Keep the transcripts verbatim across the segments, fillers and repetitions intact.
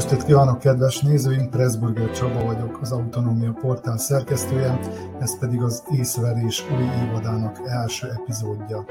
estét kívánok, kedves nézőink! Pressburger Csaba vagyok, az Autonómia Portál szerkesztője, ez pedig az Észverés új évadának első epizódja.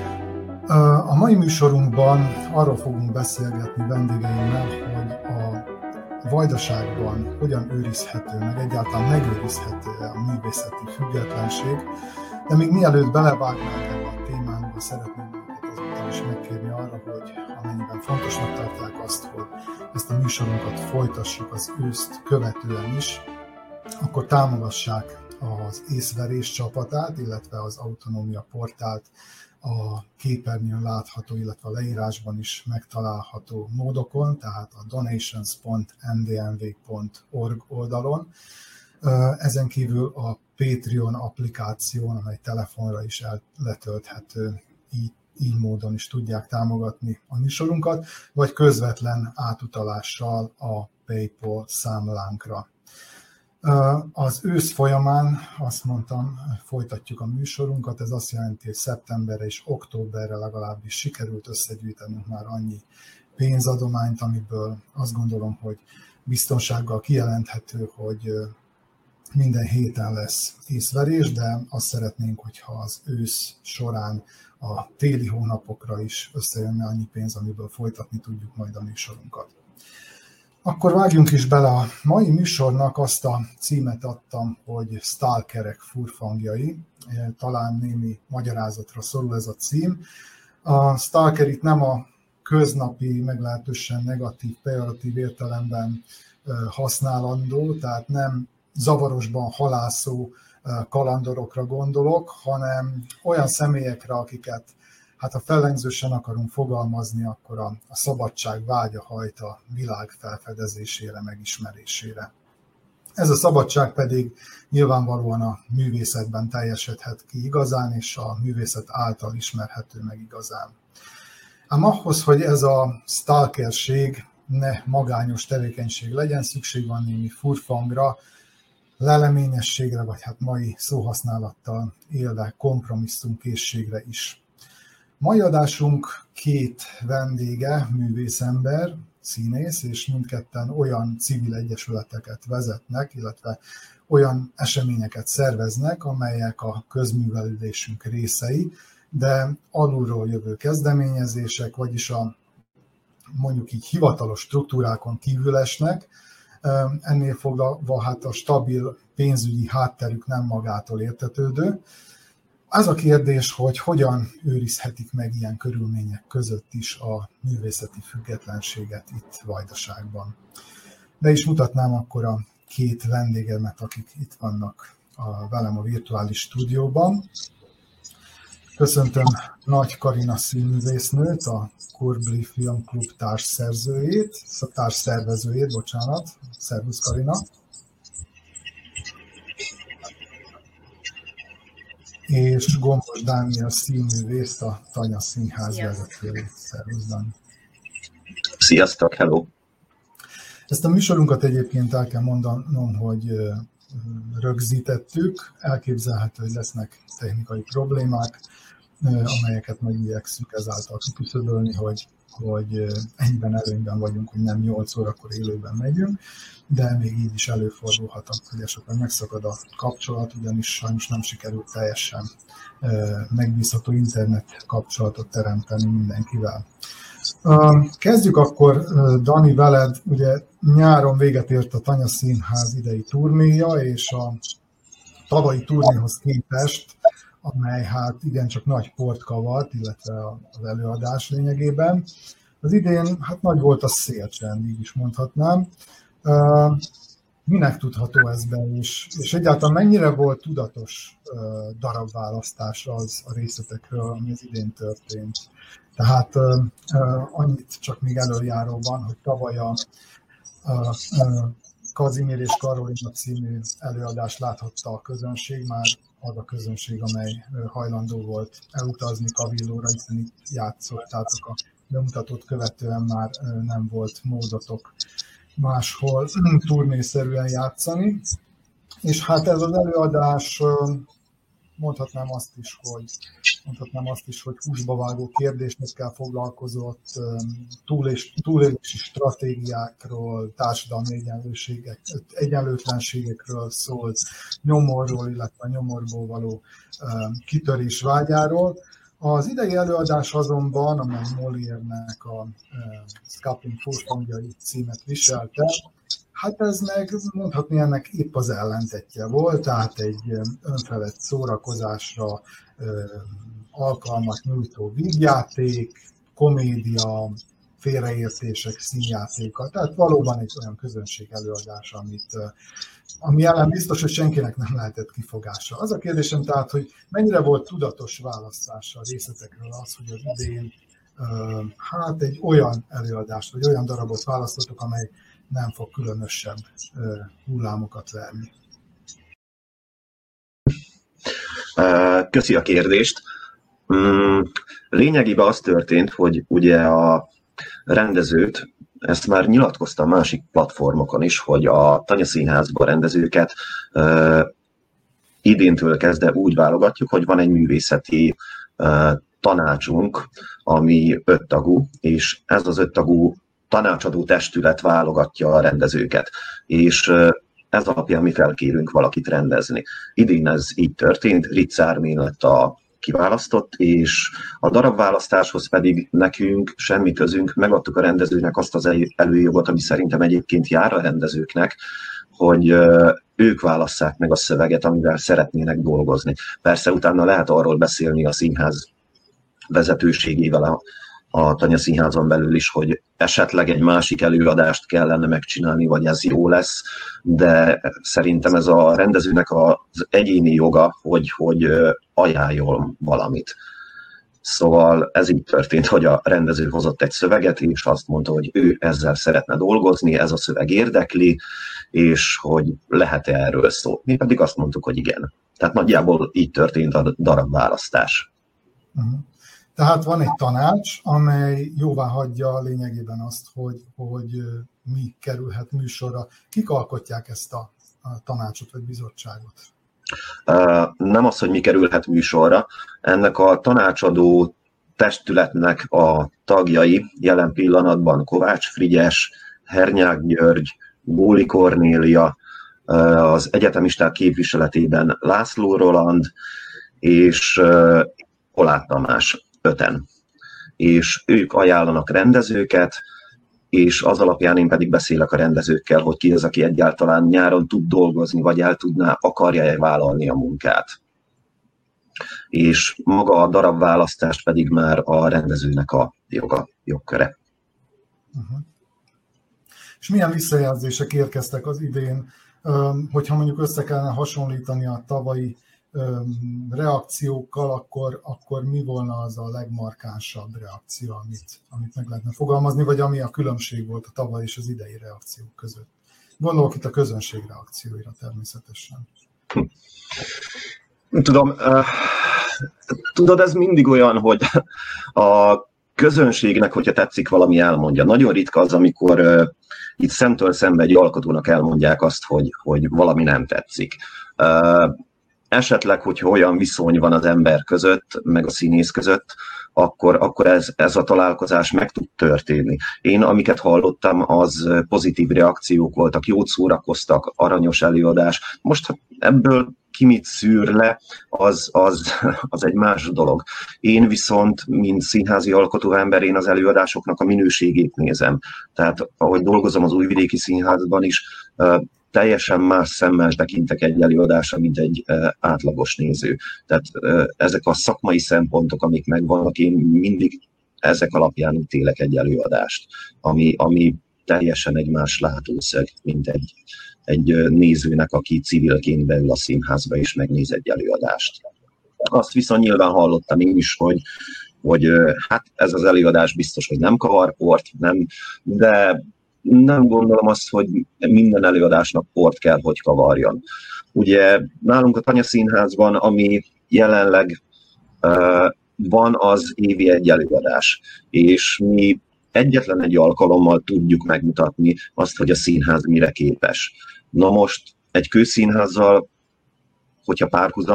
A mai műsorunkban arról fogunk beszélgetni vendégeimmel, hogy a Vajdaságban hogyan őrizhető, meg egyáltalán megőrizhető a művészeti függetlenség, de még mielőtt belevágnánk ebbe a témánkba, szeretném őket azután is megkérni arra, hogy amennyiben fontosnak tartják azt, hogy ezt a műsorunkat folytassuk az őszt követően is, akkor támogassák az Észverés csapatát, illetve az Autonómia Portált a képernyőn látható, illetve a leírásban is megtalálható módokon, tehát a donations pont n d m v pont org oldalon. Ezen kívül a Patreon applikáción, amely telefonra is el, letölthető, így, így módon is tudják támogatni a műsorunkat, vagy közvetlen átutalással a PayPal számlánkra. Az ősz folyamán, azt mondtam, folytatjuk a műsorunkat, ez azt jelenti, hogy szeptemberre és októberre legalábbis sikerült összegyűjtenünk már annyi pénzadományt, amiből azt gondolom, hogy biztonsággal kijelenthető, hogy minden héten lesz észverés, de azt szeretnénk, hogyha az ősz során a téli hónapokra is összejönne annyi pénz, amiből folytatni tudjuk majd a műsorunkat. Akkor vágjunk is bele. A mai műsornak azt a címet adtam, hogy Stalkerek furfangjai. Talán némi magyarázatra szorul ez a cím. A stalker itt nem a köznapi, meglehetősen negatív, pejoratív értelemben használandó, tehát nem zavarosban halászó kalandorokra gondolok, hanem olyan személyekre, akiket, hát ha fellengzősen akarunk fogalmazni, akkor a, a szabadság vágya hajt a világ felfedezésére, megismerésére. Ez a szabadság pedig nyilvánvalóan a művészetben teljesedhet ki igazán, és a művészet által ismerhető meg igazán. Ám ahhoz, hogy ez a stalkerség ne magányos tevékenység legyen, szükség van némi furfangra, leleményességre, vagy hát mai szóhasználattal élve kompromisszumkészségre is. Mai adásunk két vendége, művészember, színész, és mindketten olyan civil egyesületeket vezetnek, illetve olyan eseményeket szerveznek, amelyek a közművelődésünk részei, de alulról jövő kezdeményezések, vagyis a mondjuk így hivatalos struktúrákon kívül esnek. Ennél fogva hát a stabil pénzügyi hátterük nem magától értetődő. Az a kérdés, hogy hogyan őrizhetik meg ilyen körülmények között is a művészeti függetlenséget itt Vajdaságban. De is mutatnám akkor a két vendégemet, akik itt vannak a, velem a virtuális stúdióban. Köszöntöm Nagy Karina színművésznőt, a Kurbli Film Klub társszerzőjét, társszervezőjét, bocsánat, szervusz Karina. És Gombos Dániel színművészt, a Tanya Színház vezetőjét. Szervusz, Dani. Sziasztok, hello! Ezt a műsorunkat egyébként el kell mondanom, hogy rögzítettük, elképzelhető, hogy lesznek technikai problémák, amelyeket majd igyekszünk ezáltal kiküszöbölni, hogy, hogy ennyiben előnyben vagyunk, hogy nem nyolc órakor élőben megyünk, de még így is előfordulhat, hogy esetleg megszakad a kapcsolat, ugyanis sajnos nem sikerült teljesen megbízható internet kapcsolatot teremteni mindenkivel. Kezdjük akkor, Dani, veled. Ugye nyáron véget ért a Tanya Színház idei turnéja, és a tavalyi turnéhoz képest, amely hát igencsak nagy port kavart, illetve az előadás lényegében. Az idén hát nagy volt a szélcsend, így is mondhatnám. Minek tudható ez be, és, és egyáltalán mennyire volt tudatos darabválasztás az a részletekről, ami az idén történt? Tehát annyit csak még előjáróban, hogy tavaly a, a Kazimír és Karolina című előadást láthatta a közönség, már az a közönség, amely hajlandó volt elutazni Kavillóra, hiszen itt játszottátok a bemutatót követően, már nem volt módotok máshol turnészerűen játszani. És hát ez az előadás mondhatnám azt is, hogy, mondhatnám azt is, hogy húsba vágó kérdésekkel foglalkozott, túlés, túlélési stratégiákról, társadalmi egyenlőségek, egyenlőtlenségekről szólt, nyomorról, illetve nyomorból való kitörés vágyáról. Az idei előadás azonban, amely Molière-nek a Scapin Fauchelevent címet viselte, hát ez meg mondhatni ennek épp az ellentetje volt, tehát egy önfelett szórakozásra alkalmat nyújtó vígjáték, komédia, félreértések, színjátéka. Tehát valóban egy olyan közönség előadás, amit, ami ellen biztos, hogy senkinek nem lehetett kifogása. Az a kérdésem tehát, hogy mennyire volt tudatos választása a részletekről az, hogy az idén hát egy olyan előadást, vagy olyan darabot választottok, amely nem fog különösebb hullámokat verni. Köszi a kérdést. Lényegében az történt, hogy ugye a rendezőt, ezt már nyilatkoztam másik platformokon is, hogy a Tanya Színházban rendezőket idéntől kezdve úgy válogatjuk, hogy van egy művészeti tanácsunk, ami öttagú, és ez az öttagú tanácsadó testület válogatja a rendezőket, és ez alapján mi felkérünk valakit rendezni. Idén ez így történt, Ritz Ármén lett a kiválasztott, és a darabválasztáshoz pedig nekünk semmi közünk, megadtuk a rendezőnek azt az előjogot, ami szerintem egyébként jár a rendezőknek, hogy ők válasszák meg a szöveget, amivel szeretnének dolgozni. Persze utána lehet arról beszélni a színház vezetőségével a a Tanya Színházon belül is, hogy esetleg egy másik előadást kellene megcsinálni, vagy ez jó lesz, de szerintem ez a rendezőnek az egyéni joga, hogy, hogy ajánljon valamit. Szóval ez így történt, hogy a rendező hozott egy szöveget, és azt mondta, hogy ő ezzel szeretne dolgozni, ez a szöveg érdekli, és hogy lehet-e erről szó. Mi pedig azt mondtuk, hogy igen. Tehát nagyjából így történt a darabválasztás. Uh-huh. Tehát van egy tanács, amely jóvá hagyja lényegében azt, hogy, hogy mi kerülhet műsorra. Kik alkotják ezt a, a tanácsot vagy bizottságot? Nem az, hogy mi kerülhet műsorra. Ennek a tanácsadó testületnek a tagjai jelen pillanatban Kovács Frigyes, Hernyák György, Góli Kornélia, az egyetemisták képviseletében László Roland és Koláth Tamás. Öten. És ők ajánlanak rendezőket, és az alapján én pedig beszélek a rendezőkkel, hogy ki az, aki egyáltalán nyáron tud dolgozni, vagy el tudná, akarja-e vállalni a munkát. És maga a darabválasztás pedig már a rendezőnek a joga, jogköre. Uh-huh. És milyen visszajelzések érkeztek az idén, hogyha mondjuk össze kellene hasonlítani a tavalyi reakciókkal, akkor, akkor mi volna az a legmarkánsabb reakció, amit, amit meg lehetne fogalmazni, vagy ami a különbség volt a tavaly és az idei reakciók között? Gondolok itt a közönség reakcióira természetesen. Tudom, uh, tudod, ez mindig olyan, hogy a közönségnek, hogyha tetszik valami, elmondja. Nagyon ritka az, amikor uh, itt szemtől szembe egy alkotónak elmondják azt, hogy, hogy valami nem tetszik. Uh, Esetleg, hogyha olyan viszony van az ember között, meg a színész között, akkor, akkor ez, ez a találkozás meg tud történni. Én, amiket hallottam, az pozitív reakciók voltak, jót szórakoztak, aranyos előadás. Most ebből ki mit szűr le, az, az, az egy más dolog. Én viszont, mint színházi alkotó ember, én az előadásoknak a minőségét nézem. Tehát, ahogy dolgozom az Újvidéki Színházban is, teljesen más szemmel tekintek egy előadásra, mint egy uh, átlagos néző. Tehát uh, ezek a szakmai szempontok, amik megvannak, én mindig ezek alapján ítélek egy előadást, ami, ami teljesen egy más látószög, mint egy, egy nézőnek, aki civilként beül a színházba és megnéz egy előadást. Azt viszont nyilván hallottam én is, hogy, hogy hát ez az előadás biztos, hogy nem kavar port, nem, de nem gondolom azt, hogy minden előadásnak port kell, hogy kavarjon. Ugye nálunk a Tanya Színházban, ami jelenleg uh, van, az évi egy előadás, és mi egyetlen egy alkalommal tudjuk megmutatni azt, hogy a színház mire képes. Na most egy kőszínházzal, hogyha párhuzamba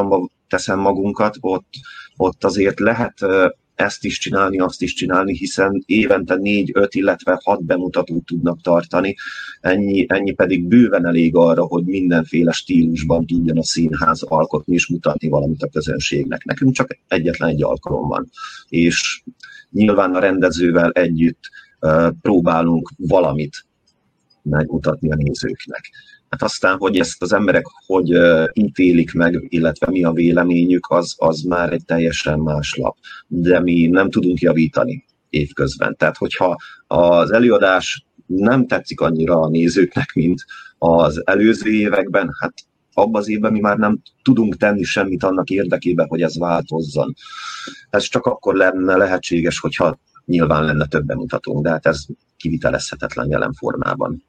teszem magunkat, ott, ott azért lehet ezt is csinálni, azt is csinálni, hiszen évente négy, öt, illetve hat bemutatót tudnak tartani, ennyi, ennyi pedig bőven elég arra, hogy mindenféle stílusban tudjon a színház alkotni és mutatni valamit a közönségnek. Nekünk csak egyetlen egy alkalom van, és nyilván a rendezővel együtt uh, próbálunk valamit megmutatni a nézőknek. Hát aztán, hogy ezt az emberek hogy uh, ítélik meg, illetve mi a véleményük, az, az már egy teljesen más lap. De mi nem tudunk javítani évközben. Tehát, hogyha az előadás nem tetszik annyira a nézőknek, mint az előző években, hát abban az évben mi már nem tudunk tenni semmit annak érdekében, hogy ez változzon. Ez csak akkor lenne lehetséges, hogyha nyilván lenne több bemutatónk, de hát ez kivitelezhetetlen jelen formában.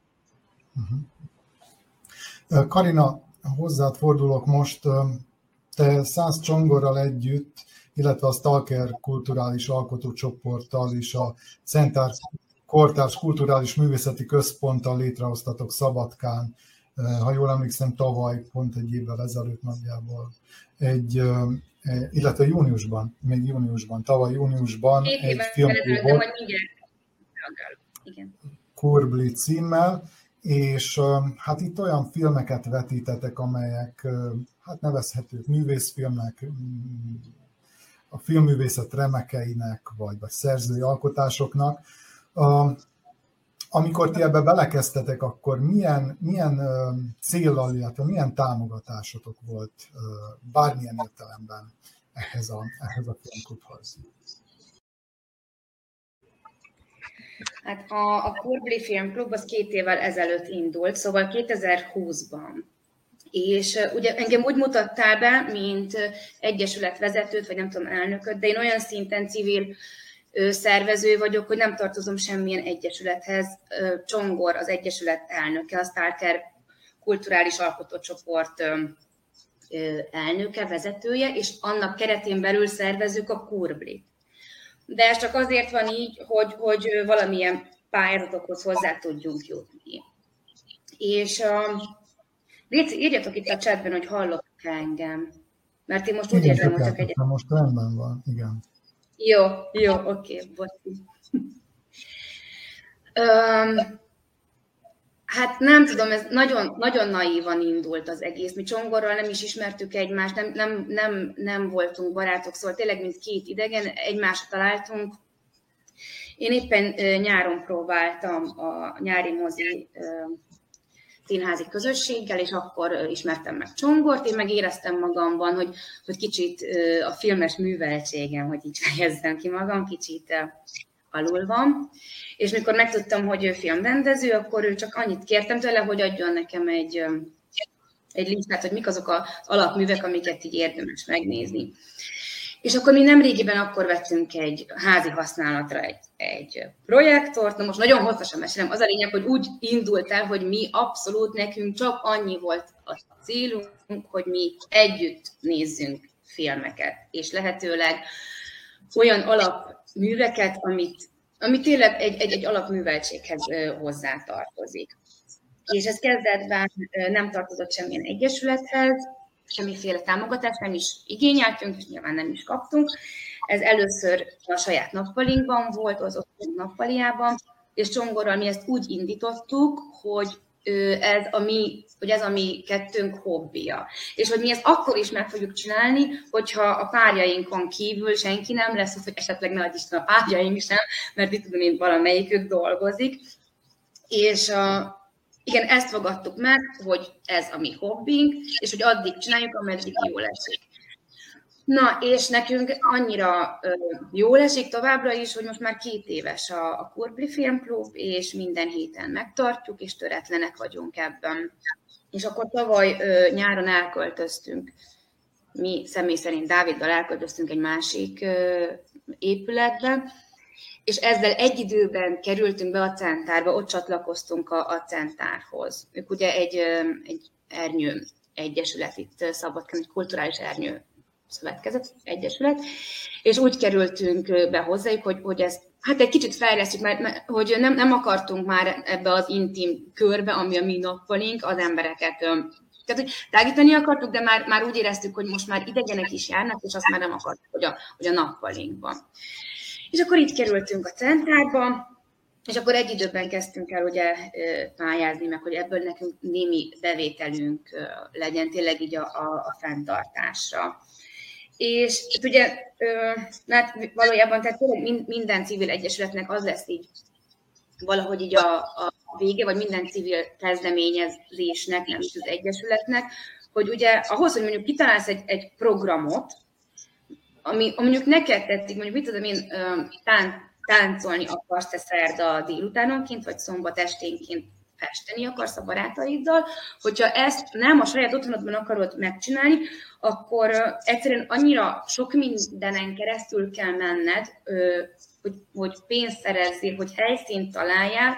Karina, hozzád fordulok most. Te Szász Csongorral együtt, illetve a Stalker kulturális alkotócsoporttal és a Szentár Kortárs Kulturális Művészeti Központtal létrehoztatok Szabadkán, ha jól emlékszem, tavaly, pont egy évvel ezelőtt nagyjából, egy, illetve júniusban, még júniusban, tavaly júniusban Két egy filmklubot, Kurbli címmel, és hát itt olyan filmeket vetítetek, amelyek hát nevezhetők művészfilmnek, a filmművészet remekeinek, vagy, vagy szerzői alkotásoknak. Amikor ti ebbe belekezdtetek, akkor milyen, milyen céllal, illetve milyen támogatásotok volt bármilyen értelemben ehhez a, ehhez a filmklubhoz? Hát a, a Kurbli Filmklub az két évvel ezelőtt indult, szóval kétezer-húszban. És uh, ugye engem úgy mutattál be, mint uh, egyesületvezetőt, vagy nem tudom, elnököt, de én olyan szinten civil uh, szervező vagyok, hogy nem tartozom semmilyen egyesülethez. Uh, Csongor az egyesület elnöke, a Stalker kulturális alkotócsoport uh, uh, elnöke, vezetője, és annak keretén belül szervezzük a Kurblit. De ez csak azért van így, hogy, hogy valamilyen pályázatokhoz hozzá tudjunk jutni. És uh, Léci, írjatok itt a chatben, hogy hallottak engem. Mert én most úgy igen, érzem, hogy csak egy... Most rendben van, igen. Jó, jó, oké, okay, bocsi. um, hát nem tudom, ez nagyon, nagyon naívan indult az egész. Mi Csongorral nem is ismertük egymást, nem, nem, nem, nem voltunk barátok, szóval tényleg mint két idegen, egymásra találtunk. Én éppen uh, nyáron próbáltam a nyári mozi uh, színházi közösséggel, és akkor uh, ismertem meg Csongort, én meg éreztem magamban, hogy, hogy kicsit uh, a filmes műveltségem, hogy így fejezzem ki magam, kicsit uh, alul van. És mikor megtudtam, hogy ő filmrendező, akkor ő csak annyit kértem tőle, hogy adjon nekem egy, egy listát, hogy mik azok az alapművek, amiket így érdemes megnézni. És akkor mi nemrégiben akkor vettünk egy házi használatra egy, egy projektort. Na most nagyon hosszasan mesélem. Az a lényeg, hogy úgy indult el, hogy mi abszolút nekünk csak annyi volt a célunk, hogy mi együtt nézzünk filmeket. És lehetőleg olyan alapműveket, amit ami tényleg egy, egy, egy alapműveltséghez hozzátartozik. És ez kezdetben nem tartozott semmilyen egyesülethez, semmiféle támogatást nem is igényeltünk, és nyilván nem is kaptunk. Ez először a saját nappalinkban volt, az otthon nappaliában, és Csongorral mi ezt úgy indítottuk, hogy ez a mi, hogy ez a mi kettőnk hobbija. És hogy mi ezt akkor is meg fogjuk csinálni, hogyha a párjainkon kívül senki nem lesz, hogy esetleg ne adj Isten a párjaink sem, mert itt tudom én, valamelyikük dolgozik. És uh, igen, ezt fogadtuk meg, hogy ez a mi hobbink, és hogy addig csináljuk, ameddig jól esik. Na, és nekünk annyira uh, jól esik továbbra is, hogy most már két éves a, a Kurbli Filmklub, és minden héten megtartjuk, és töretlenek vagyunk ebben. És akkor tavaly uh, nyáron elköltöztünk, mi személy szerint Dáviddal elköltöztünk egy másik uh, épületbe, és ezzel egy időben kerültünk be a Centárba, ott csatlakoztunk a, a Centárhoz. Ők ugye egy, egy ernyő egyesület itt Szabadkán, egy kulturális ernyő szövetkezet, egyesület, és úgy kerültünk be hozzájuk, hogy, hogy ezt hát egy kicsit fejlesztjük, mert, mert hogy nem, nem akartunk már ebbe az intim körbe, ami a mi nappalink, az embereket Tehát, hogy tágítani akartuk, de már, már úgy éreztük, hogy most már idegenek is járnak, és azt már nem akartuk, hogy a, hogy a nappalinkban. És akkor itt kerültünk a centrárba, és akkor egy időben kezdtünk el ugye pályázni, meg hogy ebből nekünk némi bevételünk legyen tényleg így a, a, a fenntartásra. És ugye, hát valójában tehát minden civil egyesületnek az lesz így valahogy így a, a vége, vagy minden civil kezdeményezésnek, nem is az egyesületnek, hogy ugye ahhoz, hogy mondjuk kitalálsz egy, egy programot, ami mondjuk neked tetszik, mondjuk mit tudom én, tán, táncolni akarsz te szerda délutánonként, vagy szombat esténként festeni akarsz a barátaiddal, hogyha ezt nem a saját otthonodban akarod megcsinálni, akkor egyszerűen annyira sok mindenen keresztül kell menned, hogy, hogy pénzt szerezzél, hogy helyszínt találjál.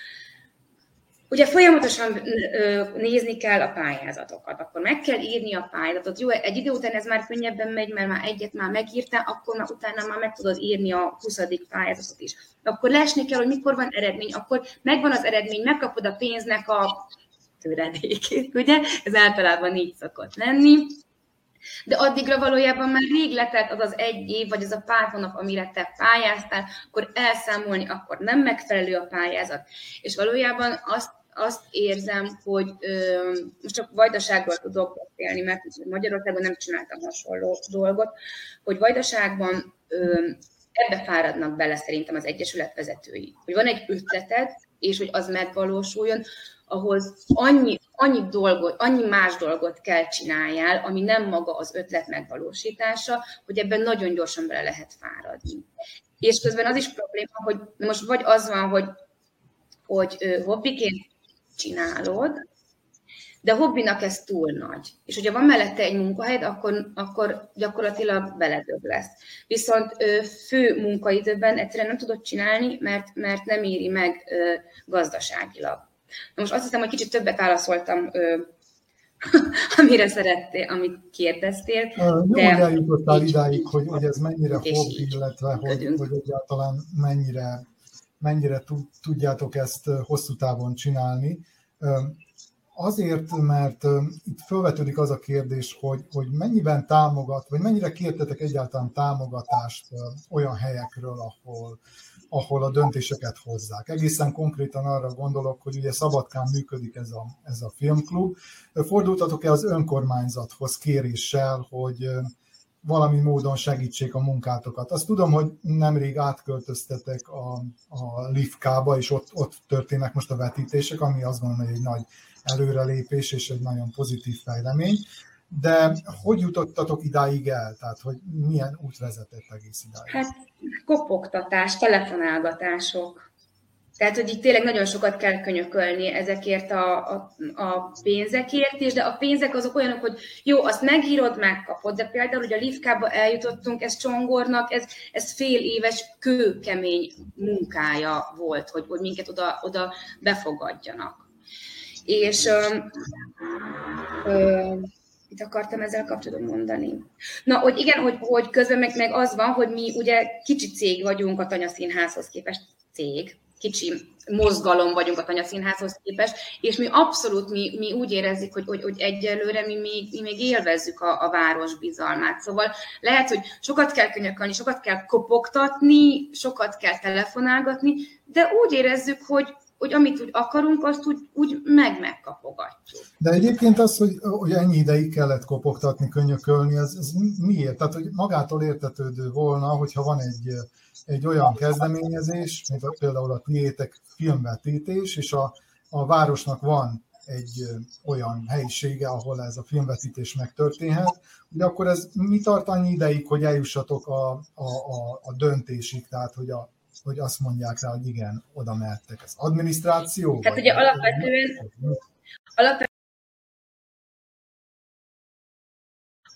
Ugye folyamatosan nézni kell a pályázatokat, akkor meg kell írni a pályázatot. Jó, egy idő után ez már könnyebben megy, mert már egyet már megírtál, akkor már utána már meg tudod írni a huszadik pályázatot is. Akkor lesni kell, hogy mikor van eredmény, akkor megvan az eredmény, megkapod a pénznek a töredékét, ugye? Ez általában így szokott lenni. De addigra valójában már rég letelt az az egy év, vagy az a pár hónap, amire te pályáztál, akkor elszámolni, akkor nem megfelelő a pályázat. És valójában azt, azt érzem, hogy ö, most csak Vajdaságról tudok beszélni, mert Magyarországon nem csináltam hasonló dolgot, hogy Vajdaságban ö, ebbe fáradnak bele szerintem az egyesület vezetői. Hogy van egy ötleted, és hogy az megvalósuljon, ahhoz annyi, annyi dolgot, annyi más dolgot kell csináljál, ami nem maga az ötlet megvalósítása, hogy ebben nagyon gyorsan bele lehet fáradni. És közben az is probléma, hogy most vagy az van, hogy, hogy hobbiként csinálod, de a hobbinak ez túl nagy. És hogyha van mellette egy munkahelyed, akkor, akkor gyakorlatilag beledög lesz. Viszont fő munkaidőben egyszerűen nem tudod csinálni, mert, mert nem éri meg gazdaságilag. Na most azt hiszem, hogy kicsit többet válaszoltam, amire szerettél, amit kérdeztél. Jó, hogy eljutottál idáig, hogy, hogy ez mennyire hobbi, illetve hogy, hogy egyáltalán mennyire, mennyire tudjátok ezt hosszú távon csinálni. Azért, mert itt felvetődik az a kérdés, hogy, hogy mennyiben támogat, vagy mennyire kértetek egyáltalán támogatást olyan helyekről, ahol, ahol a döntéseket hozzák. Egészen konkrétan arra gondolok, hogy ugye Szabadkán működik ez a, ez a filmklub. Fordultatok-e az önkormányzathoz kéréssel, hogy valami módon segítsék a munkátokat? Azt tudom, hogy nemrég átköltöztetek a, a Livkába, és ott, ott történnek most a vetítések, ami azt gondolom, hogy egy nagy előrelépés és egy nagyon pozitív fejlemény. De hogy jutottatok idáig el? Tehát, hogy milyen út vezetett egész idáig? Hát kopogtatás, telefonálgatások. Tehát, hogy itt tényleg nagyon sokat kell könyökölni ezekért a, a, a pénzekért is, de a pénzek azok olyanok, hogy jó, azt megírod, megkapod, de például, hogy a Livkába eljutottunk, ez Csongornak, ez, ez fél éves kőkemény munkája volt, hogy, hogy minket oda, oda befogadjanak. És ö, ö, mit akartam ezzel kapcsolatban mondani? Na, hogy igen, hogy, hogy közben meg, meg az van, hogy mi ugye kicsi cég vagyunk a Tanyaszínházhoz képest, cég, kicsi mozgalom vagyunk a Tanyaszínházhoz képest, és mi abszolút mi, mi úgy érezzük, hogy, hogy, hogy egyelőre mi még, mi még élvezzük a, a város bizalmát. Szóval lehet, hogy sokat kell könyökölni, sokat kell kopogtatni, sokat kell telefonálgatni, de úgy érezzük, hogy hogy amit úgy akarunk, azt úgy, úgy meg megkapogatjuk. De egyébként az, hogy, hogy ennyi ideig kellett kopogtatni, könyökölni, ez, ez miért? Tehát, hogy magától értetődő volna, hogyha van egy, egy olyan kezdeményezés, mint például a tiétek filmvetítés, és a, a városnak van egy olyan helyisége, ahol ez a filmvetítés megtörténhet, ugye akkor ez mi tart annyi ideig, hogy eljussatok a, a, a, a döntésig, tehát hogy a hogy azt mondják rá, hogy igen, oda mehettek. Ez adminisztráció? Hát ugye alapvetően, alapvetően,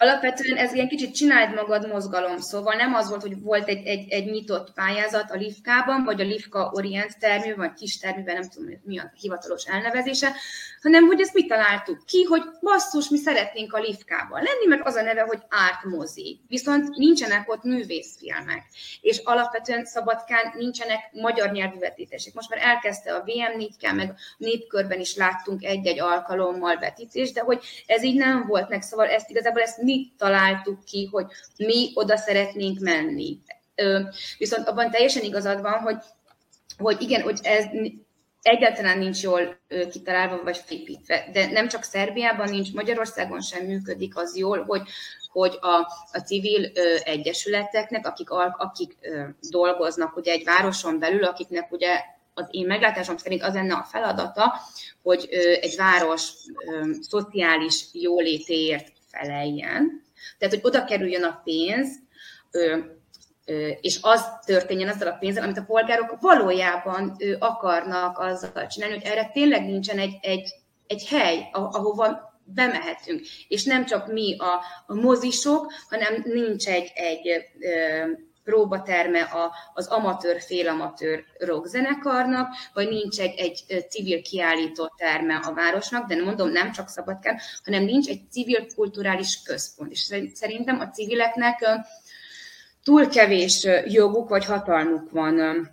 Alapvetően ez ilyen kicsit csináld magad mozgalom, szóval nem az volt, hogy volt egy, egy, egy nyitott pályázat a Livkában, vagy a Livka Orient termű, vagy kis terműben, nem tudom, mi a hivatalos elnevezése, hanem hogy ezt mi találtuk ki, hogy basszus, mi szeretnénk a Livkában lenni, mert az a neve, hogy Art Mozi. Viszont nincsenek ott művészfilmek, és alapvetően Szabadkán nincsenek magyar nyelvű vetítések. Most már elkezdte a vé em négy-kel, meg a Népkörben is láttunk egy-egy alkalommal vetítést, de hogy ez így nem volt meg, szóval ezt igazából ezt mi találtuk ki, hogy mi oda szeretnénk menni. Viszont abban teljesen igazad van, hogy, hogy igen, hogy ez egyáltalán nincs jól kitalálva vagy felépítve, de nem csak Szerbiában nincs, Magyarországon sem működik az jól, hogy, hogy a, a civil ö, egyesületeknek, akik, akik ö, dolgoznak ugye egy városon belül, akiknek ugye az én meglátásom szerint az lenne a feladata, hogy ö, egy város ö, szociális jólétéért feleljen, tehát hogy oda kerüljön a pénz, ö, és az történjen azzal a pénzzel, amit a polgárok valójában akarnak azzal csinálni, hogy erre tényleg nincsen egy, egy, egy hely, ahova bemehetünk. És nem csak mi a, a mozisok, hanem nincs egy, egy ö, próbaterme a, az amatőr, félamatőr rockzenekarnak, vagy nincs egy, egy civil kiállító terme a városnak, de mondom, nem csak Szabadkán, hanem nincs egy civil kulturális központ. És szerintem a civileknek túl kevés joguk vagy hatalmuk van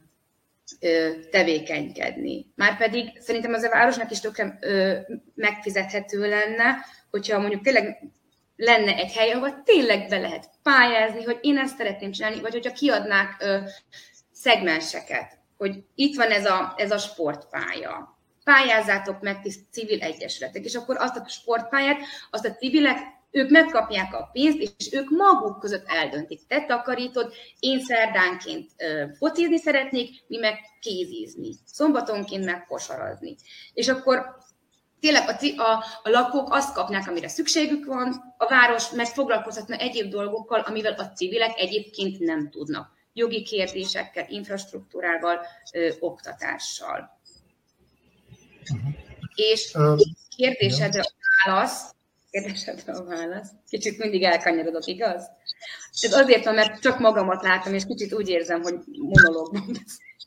tevékenykedni. Márpedig szerintem az a városnak is tökre megfizethető lenne, hogyha mondjuk tényleg lenne egy hely, ahol tényleg be lehet pályázni, hogy én ezt szeretném csinálni, vagy hogyha kiadnák szegmenseket, hogy itt van ez a, ez a sportpálya. Pályázzátok meg ti civil egyesületek, és akkor azt a sportpályát, azt a civilek ők megkapják a pénzt, és ők maguk között eldöntik. Te takarítod, én szerdánként ö, focizni szeretnék, mi meg kézizni. Szombatonként meg kosarazni. És akkor tényleg a, a, a lakók azt kapnák, amire szükségük van, a város meg foglalkozhatna egyéb dolgokkal, amivel a civilek egyébként nem tudnak. Jogi kérdésekkel, infrastruktúrával, ö, oktatással. Uh-huh. És uh, kérdésedre a válasz, Kérdésedre a válasz. Kicsit mindig elkanyarodok, igaz? Ez azért van, mert csak magamat látom, és kicsit úgy érzem, hogy monológban beszélek.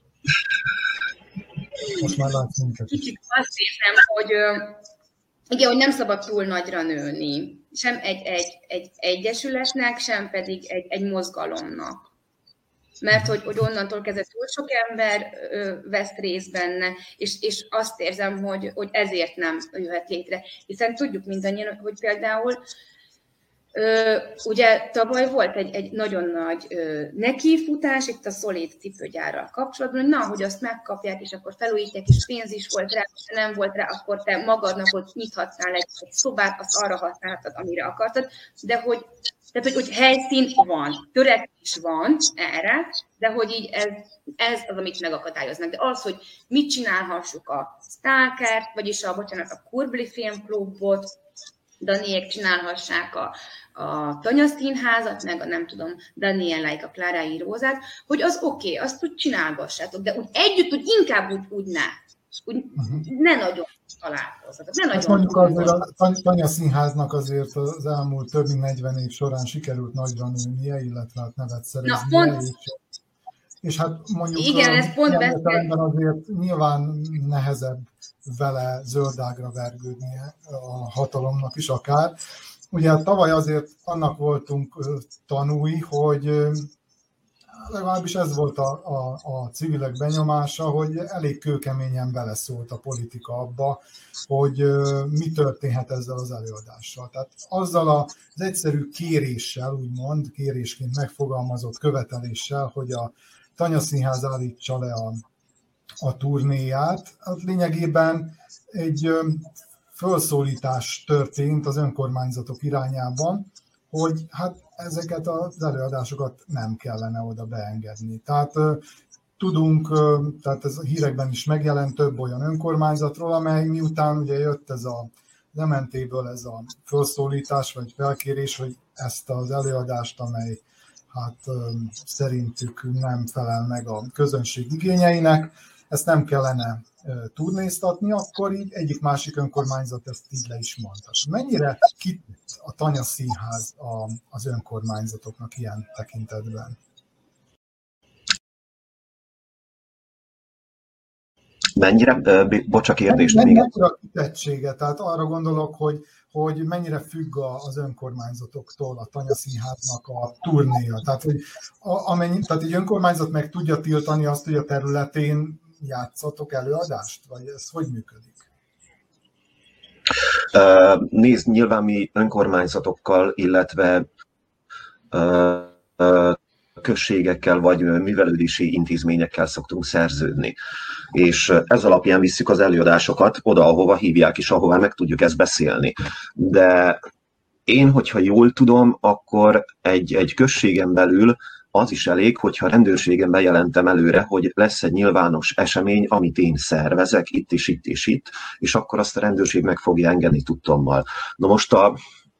Most már látsz minket. Kicsit azt érzem, hogy, igen, hogy nem szabad túl nagyra nőni. Sem egy, egy, egy egyesületnek, sem pedig egy, egy mozgalomnak. Mert hogy, hogy onnantól kezdve túl sok ember ö, vesz részt benne, és, és azt érzem, hogy, hogy ezért nem jöhet létre. Hiszen tudjuk mindannyian, hogy például ö, ugye tavaly volt egy, egy nagyon nagy ö, nekifutás itt a Solid cipőgyárral kapcsolatban, hogy na, hogy azt megkapják, és akkor felújítják, és pénz is volt rá, és nem volt rá, akkor te magadnak ott nyithatnál egy, egy szobát, azt arra használhatod, amire akartad, de hogy Tehát, hogy, hogy helyszín van, törekvés van erre, de hogy így ez, ez az, amit megakadályoznak. De az, hogy mit csinálhassuk a Stalkert, vagyis a, bocsánat, a Kurbli Filmklubot, Daniék csinálhassák a, a Tanya Színházat, meg a nem tudom, Danieláik a Klárái Rózát, hogy az oké, okay, azt úgy csinálgassátok, de úgy együtt, úgy inkább úgy, úgy ne. Úgy uh-huh. ne nagyon találkozzatok. Ne hát mondjuk azért a Tanya Színháznak azért az elmúlt több mint negyven év során sikerült nagyra nőnie, illetve hát nevet szereznie. Na, pont... és, és hát mondjuk igen, ez pont azért nyilván nehezebb vele zöldágra vergődnie a hatalomnak is akár. Ugye tavaly azért annak voltunk tanúi, hogy legalábbis ez volt a, a, a civilek benyomása, hogy elég kőkeményen beleszólt a politika abba, hogy mi történhet ezzel az előadással. Tehát azzal az egyszerű kéréssel, úgymond, kérésként megfogalmazott követeléssel, hogy a Tanya Színház állítsa le a, a turnéját, az lényegében egy felszólítás történt az önkormányzatok irányában, hogy hát ezeket az előadásokat nem kellene oda beengedni. Tehát tudunk, tehát ez a hírekben is megjelent több olyan önkormányzatról, amely miután ugye jött ez a az em en té-ből ez a felszólítás vagy felkérés, hogy ezt az előadást, amely hát szerintük nem felel meg a közönség igényeinek, ezt nem kellene turnéztatni, akkor így egyik-másik önkormányzat ezt így le is mondta. Mennyire kitett a Tanya Színház az önkormányzatoknak ilyen tekintetben? Mennyire? Bocs, a kérdést még. Mennyire a kitettsége? Tehát arra gondolok, hogy, hogy mennyire függ az önkormányzatoktól a Tanya Színháznak a turnéja. Tehát, hogy a, amennyi, tehát egy önkormányzat meg tudja tiltani azt, hogy a területén játszatok előadást? Vagy ez hogy működik? Uh, nézd, nyilván mi önkormányzatokkal, illetve uh, uh, községekkel vagy művelődési intézményekkel szoktunk szerződni. És ez alapján visszük az előadásokat oda, ahova hívják, és ahová meg tudjuk ezt beszélni. De én, hogyha jól tudom, akkor egy, egy községen belül az is elég, hogyha a rendőrségen bejelentem előre, hogy lesz egy nyilvános esemény, amit én szervezek, itt és itt és itt, és akkor azt a rendőrség meg fogja engedni tudtommal. Na most a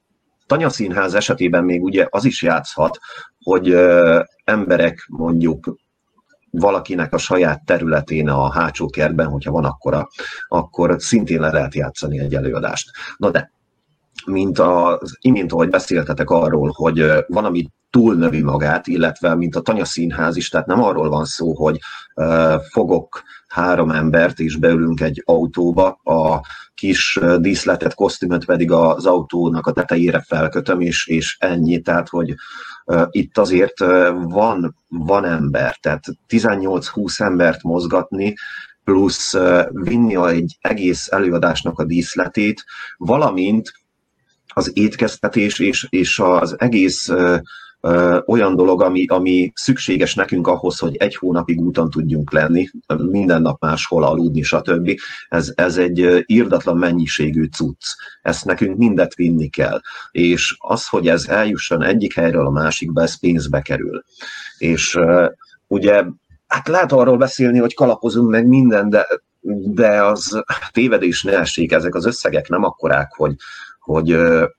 Tanya Színház esetében még ugye az is játszhat, hogy ö, emberek mondjuk valakinek a saját területén a hátsó kertben, hogyha van akkora, akkor szintén le lehet játszani egy előadást. Na de, mint az imént, ahogy beszéltetek arról, hogy van, ami túlnövi magát, illetve mint a Tanya Színház is, tehát nem arról van szó, hogy uh, fogok három embert és beülünk egy autóba, a kis díszletet, kosztümöt pedig az autónak a tetejére felkötöm, és, és ennyi, tehát hogy uh, itt azért uh, van, van ember, tehát tizennyolc-húsz embert mozgatni, plusz uh, vinni egy egész előadásnak a díszletét, valamint az étkeztetés és, és az egész ö, ö, olyan dolog, ami, ami szükséges nekünk ahhoz, hogy egy hónapig úton tudjunk lenni, minden nap máshol aludni, stb. Ez, ez egy irdatlan mennyiségű cucc. Ezt nekünk mindet vinni kell. És az, hogy ez eljusson egyik helyről a másikba, ez pénzbe kerül. És ö, ugye, hát lehet arról beszélni, hogy kalapozunk meg minden, de, de az tévedés ne essék, ezek az összegek nem akkorák, hogy hogy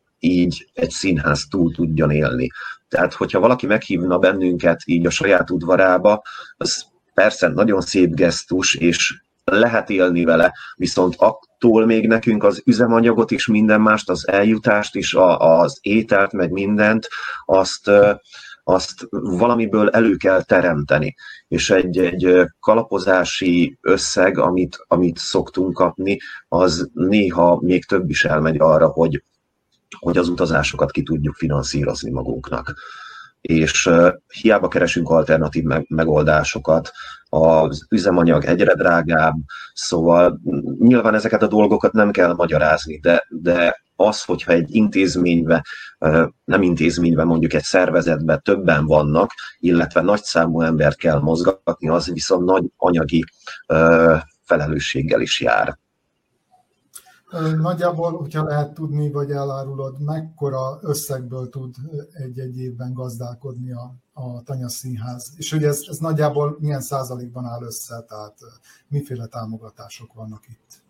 így egy színház túl tudjon élni. Tehát, hogyha valaki meghívna bennünket így a saját udvarába, az persze nagyon szép gesztus, és lehet élni vele, viszont attól még nekünk az üzemanyagot is, minden mást, az eljutást is, az ételt, meg mindent, azt, azt valamiből elő kell teremteni. És egy, egy kalapozási összeg, amit, amit szoktunk kapni, az néha még több is elmegy arra, hogy, hogy az utazásokat ki tudjuk finanszírozni magunknak. És uh, hiába keresünk alternatív me- megoldásokat, az üzemanyag egyre drágább, szóval nyilván ezeket a dolgokat nem kell magyarázni, de, de az, hogyha egy intézménybe, nem intézményben, mondjuk egy szervezetben többen vannak, illetve nagyszámú embert kell mozgatni, az viszont nagy anyagi felelősséggel is jár. Nagyjából, hogyha lehet tudni, vagy elárulod, mekkora összegből tud egy-egy évben gazdálkodni a, a Tanya Színház, és hogy ez, ez nagyjából milyen százalékban áll össze, tehát miféle támogatások vannak itt?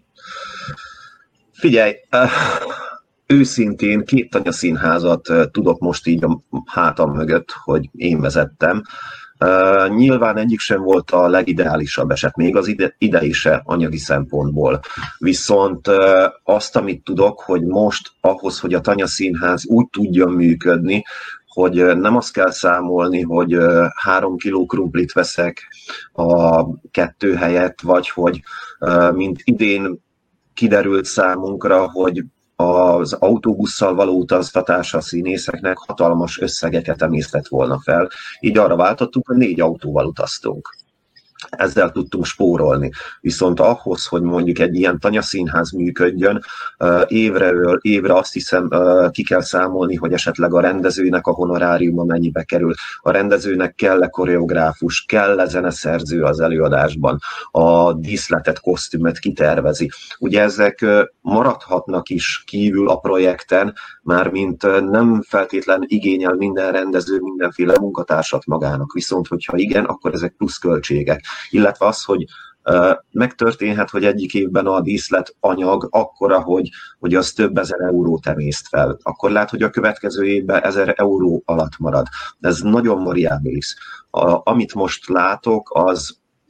Figyelj, uh, őszintén két Tanya Színházat uh, tudok most így a hátam mögött, hogy én vezettem. Uh, nyilván egyik sem volt a legideálisabb eset, még az ide, idei se anyagi szempontból. Viszont uh, azt, amit tudok, hogy most ahhoz, hogy a Tanya Színház úgy tudjon működni, hogy uh, nem azt kell számolni, hogy uh, három kiló krumplit veszek a kettő helyett, vagy hogy uh, mint idén kiderült számunkra, hogy az autóbusszal való utaztatása a színészeknek hatalmas összegeket emésztett volna fel. Így arra váltottuk, hogy négy autóval utaztunk. Ezzel tudtunk spórolni. Viszont ahhoz, hogy mondjuk egy ilyen Tanya Színház működjön, évről évre azt hiszem ki kell számolni, hogy esetleg a rendezőnek a honoráriuma mennyibe kerül. A rendezőnek kell-e koreográfus, kell-e zeneszerző az előadásban, a díszletet, kosztümöt kitervezi. Ugye ezek maradhatnak is kívül a projekten, mármint nem feltétlen igényel minden rendező mindenféle munkatársat magának. Viszont, hogyha igen, akkor ezek pluszköltségek. Illetve az, hogy uh, megtörténhet, hogy egyik évben a díszlet anyag akkora, hogy, hogy az több ezer eurót emészt fel. Akkor lehet, hogy a következő évben ezer euró alatt marad. Ez nagyon variábilis. A, amit most látok, az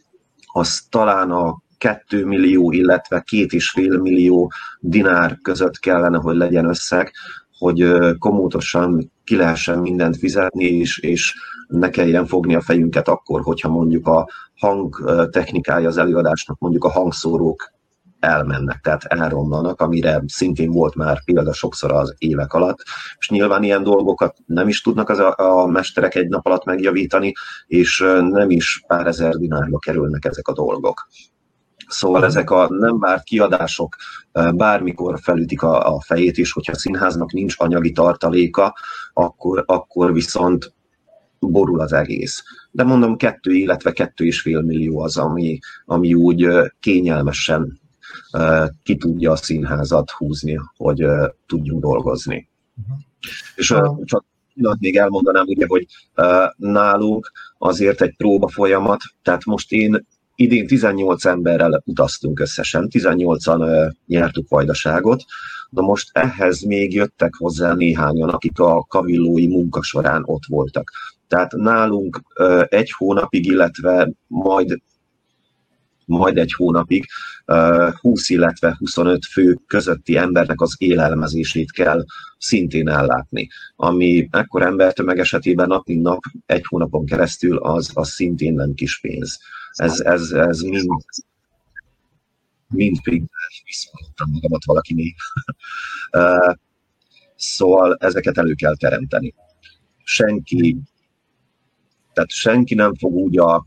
az talán a két millió, illetve két és fél millió dinár között kellene, hogy legyen összeg, hogy komótosan ki lehessen mindent fizetni, és, és ne kelljen fogni a fejünket akkor, hogyha mondjuk a hang technikája az előadásnak, mondjuk a hangszórók elmennek, tehát elromlanak, amire szintén volt már példa sokszor az évek alatt, és nyilván ilyen dolgokat nem is tudnak az a, a mesterek egy nap alatt megjavítani, és nem is pár ezer dinárba kerülnek ezek a dolgok. Szóval ezek a nem várt kiadások bármikor felütik a, a fejét, és hogyha a színháznak nincs anyagi tartaléka, akkor, akkor viszont borul az egész. De mondom, kettő, illetve kettő és fél millió az, ami, ami úgy kényelmesen ki tudja a színházat húzni, hogy tudjunk dolgozni. Uh-huh. És uh, csak még elmondanám, ugye, hogy nálunk azért egy próba folyamat, tehát most én idén tizennyolc emberrel utaztunk összesen, tizennyolcan nyertük Vajdaságot, de most ehhez még jöttek hozzá néhányan, akik a kavillói munka során ott voltak. Tehát nálunk egy hónapig, illetve majd majd egy hónapig húsz, illetve huszonöt fő közötti embernek az élelmezését kell szintén ellátni. Ami ekkor embertömeg esetében nap mint nap, egy hónapon keresztül, az, az szintén nem kis pénz. Ez, ez, ez mind, mind pénz, visszahallottam magamat valaki még. Szóval ezeket elő kell teremteni. Senki, tehát senki nem fog úgy a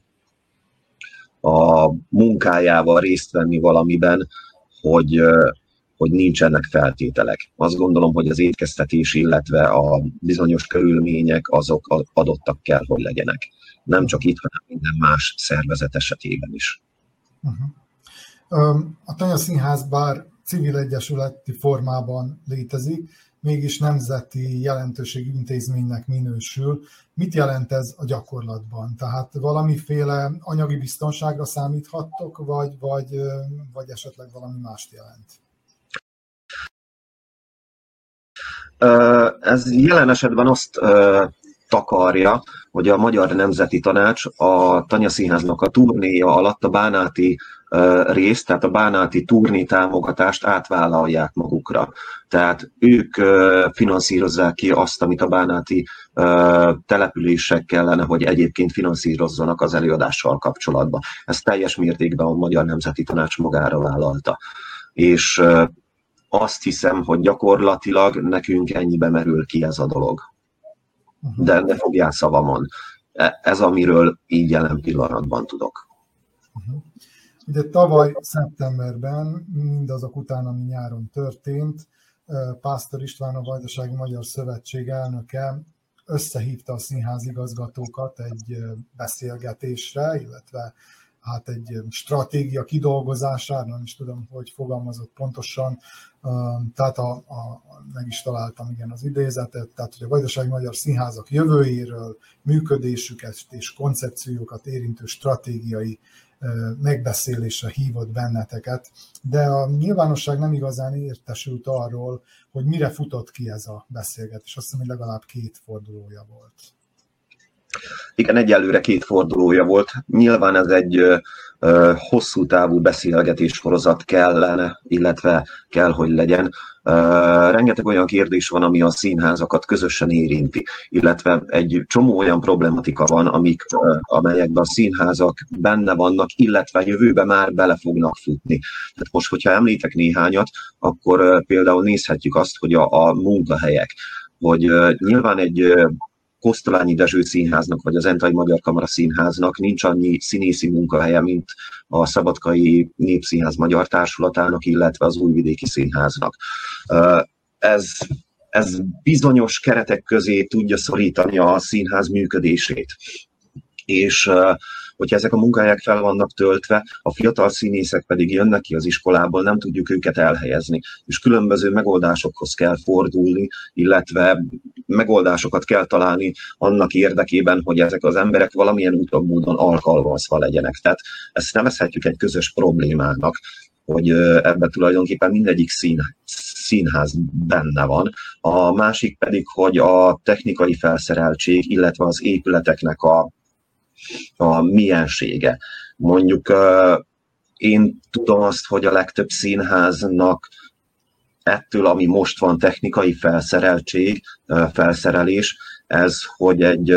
a munkájával részt venni valamiben, hogy, hogy nincsenek feltételek. Azt gondolom, hogy az étkeztetés, illetve a bizonyos körülmények azok adottak kell, hogy legyenek. Nem csak itt, hanem minden más szervezet esetében is. Uh-huh. A Tanya Színház bár civil egyesületi formában létezik, mégis nemzeti jelentőségű intézménynek minősül. Mit jelent ez a gyakorlatban? Tehát valamiféle anyagi biztonságra számíthattok, vagy, vagy, vagy esetleg valami mást jelent? Ez jelen esetben azt takarja, hogy a Magyar Nemzeti Tanács a Tanya Színháznak a turnéja alatt a bánáti részt, tehát a bánáti turné támogatást átvállalják magukra. Tehát ők finanszírozzák ki azt, amit a bánáti települések kellene, hogy egyébként finanszírozzanak az előadással kapcsolatban. Ezt teljes mértékben a Magyar Nemzeti Tanács magára vállalta. És azt hiszem, hogy gyakorlatilag nekünk ennyibe merül ki ez a dolog. De ne fogjál szavamon. Ez, amiről így jelen pillanatban tudok. Uh-huh. Ugye tavaly szeptemberben, mindazok után, ami nyáron történt, Pásztor István, a Vajdasági Magyar Szövetség elnöke összehívta a színházigazgatókat egy beszélgetésre, illetve hát egy stratégia kidolgozására, nem is tudom, hogy fogalmazott pontosan, tehát a, a, meg is találtam igen az idézetet, tehát hogy a Vajdasági Magyar Színházak jövőjéről, működésüket és koncepciókat érintő stratégiai megbeszélésre hívott benneteket, de a nyilvánosság nem igazán értesült arról, hogy mire futott ki ez a beszélgetés. Azt hiszem, hogy legalább két fordulója volt. Igen, egyelőre két fordulója volt. Nyilván ez egy ö, hosszú távú beszélgetés sorozat kellene, illetve kell, hogy legyen. Ö, rengeteg olyan kérdés van, ami a színházakat közösen érinti, illetve egy csomó olyan problematika van, amik, ö, amelyekben a színházak benne vannak, illetve jövőben már bele fognak futni. Tehát most, hogyha említek néhányat, akkor ö, például nézhetjük azt, hogy a, a munkahelyek, hogy ö, nyilván egy ö, Kosztolányi Dezső Színháznak, vagy az Entai Magyar Kamara Színháznak nincs annyi színészi munkahelye, mint a Szabadkai Népszínház Magyar Társulatának, illetve az Újvidéki Színháznak. Ez, ez bizonyos keretek közé tudja szorítani a színház működését. És hogyha ezek a munkahelyek fel vannak töltve, a fiatal színészek pedig jönnek ki az iskolából, nem tudjuk őket elhelyezni. És különböző megoldásokhoz kell fordulni, illetve megoldásokat kell találni annak érdekében, hogy ezek az emberek valamilyen úton, módon alkalmazva legyenek. Tehát ezt nevezhetjük egy közös problémának, hogy ebben tulajdonképpen mindegyik szín, színház benne van. A másik pedig, hogy a technikai felszereltség, illetve az épületeknek a a miensége. Mondjuk én tudom azt, hogy a legtöbb színháznak ettől, ami most van, technikai felszereltség, felszerelés, ez, hogy egy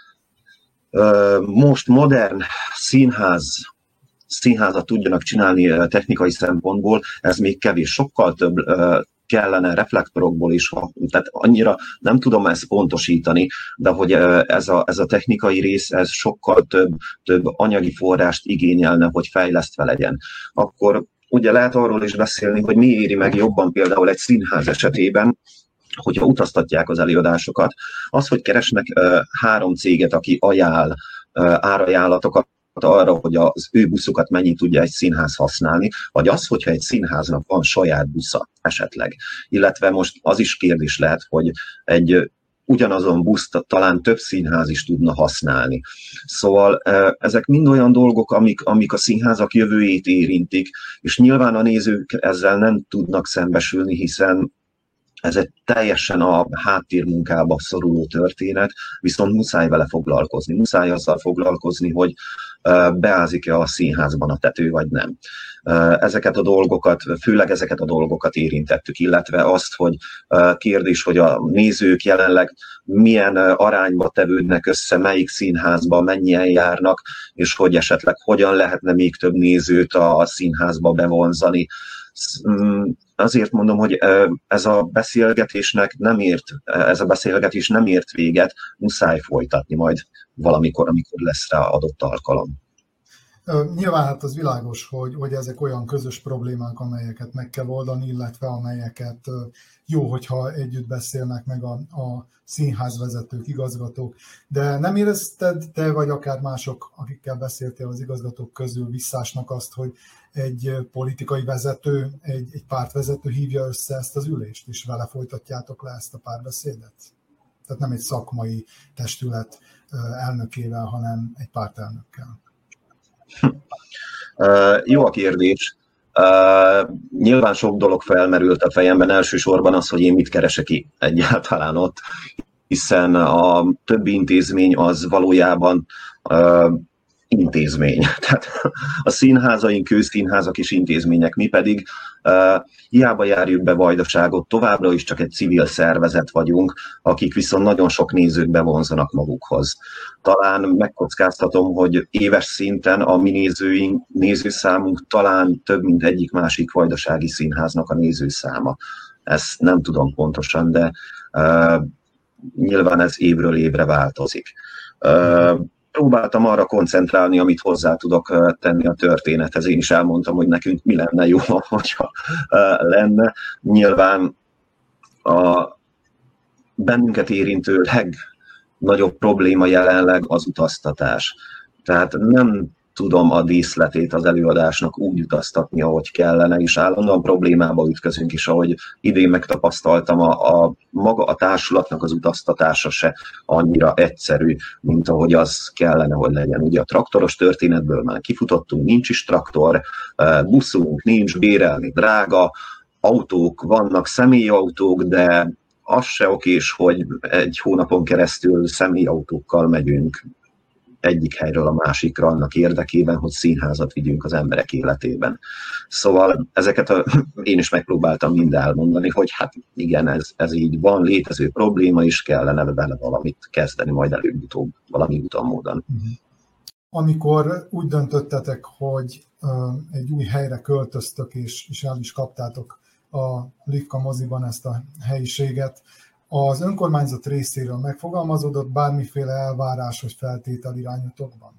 most modern színház, színházat tudjanak csinálni technikai szempontból, ez még kevés, sokkal több kellene reflektorokból is, tehát annyira nem tudom ezt pontosítani, de hogy ez a, ez a technikai rész, ez sokkal több, több anyagi forrást igényelne, hogy fejlesztve legyen. Akkor ugye lehet arról is beszélni, hogy mi éri meg jobban például egy színház esetében, hogyha utaztatják az előadásokat, az, hogy keresnek uh, három céget, aki ajánl uh, árajánlatokat arra, hogy az ő buszukat mennyit tudja egy színház használni, vagy az, hogyha egy színháznak van saját busza esetleg. Illetve most az is kérdés lehet, hogy egy ugyanazon buszt talán több színház is tudna használni. Szóval ezek mind olyan dolgok, amik, amik a színházak jövőjét érintik, és nyilván a nézők ezzel nem tudnak szembesülni, hiszen ez egy teljesen a háttérmunkába szoruló történet, viszont muszáj vele foglalkozni. Muszáj azzal foglalkozni, hogy beázik-e a színházban a tető, vagy nem. Ezeket a dolgokat, főleg ezeket a dolgokat érintettük, illetve azt, hogy kérdés, hogy a nézők jelenleg milyen arányba tevődnek össze, melyik színházba, mennyien járnak, és hogy esetleg hogyan lehetne még több nézőt a színházba bevonzani. Azért mondom, hogy ez a beszélgetésnek nem ért, ez a beszélgetés nem ért véget, muszáj folytatni majd valamikor, amikor lesz rá adott alkalom. Nyilván hát az világos, hogy, hogy ezek olyan közös problémák, amelyeket meg kell oldani, illetve amelyeket jó, hogyha együtt beszélnek meg a, a színházvezetők, igazgatók. De nem érezted te, vagy akár mások, akikkel beszéltél az igazgatók közül visszásnak azt, hogy egy politikai vezető, egy, egy pártvezető hívja össze ezt az ülést, és vele folytatjátok le ezt a párbeszédet? Tehát nem egy szakmai testület elnökével, hanem egy pártelnökkel. Uh, jó a kérdés. Uh, nyilván sok dolog felmerült a fejemben, elsősorban az, hogy én mit keresek ki egyáltalán ott, hiszen a többi intézmény az valójában uh, intézmény. Tehát a színházaink, közszínházak és intézmények, mi pedig uh, hiába járjuk be Vajdaságot, továbbra is csak egy civil szervezet vagyunk, akik viszont nagyon sok nézőt bevonzanak magukhoz. Talán megkockáztatom, hogy éves szinten a mi nézőink, nézőszámunk talán több, mint egyik másik vajdasági színháznak a nézőszáma. Ezt nem tudom pontosan, de uh, nyilván ez évről évre változik. Uh, Próbáltam arra koncentrálni, amit hozzá tudok tenni a történethez. Én is elmondtam, hogy nekünk mi lenne jó, hogyha lenne. Nyilván a bennünket érintő legnagyobb probléma jelenleg az utaztatás. Tehát nem tudom a díszletét az előadásnak úgy utaztatni, ahogy kellene, és állandóan problémába ütközünk is, ahogy idén megtapasztaltam, a, a maga a társulatnak az utaztatása se annyira egyszerű, mint ahogy az kellene, hogy legyen. Ugye a traktoros történetből már kifutottunk, nincs is traktor, buszunk nincs, bérelni drága, autók vannak, személyautók, de az se okés, hogy egy hónapon keresztül személyautókkal megyünk egyik helyről a másikra annak érdekében, hogy színházat vigyünk az emberek életében. Szóval ezeket a, én is megpróbáltam mind elmondani, hogy hát igen, ez, ez így van, létező probléma, is kellene vele valamit kezdeni majd előbb-utóbb, valami úton módon. Amikor úgy döntöttetek, hogy egy új helyre költöztök, és, és el is kaptátok a Lipka moziban ezt a helyiséget, az önkormányzat részéről megfogalmazódott bármiféle elvárás vagy feltétel irányotokban?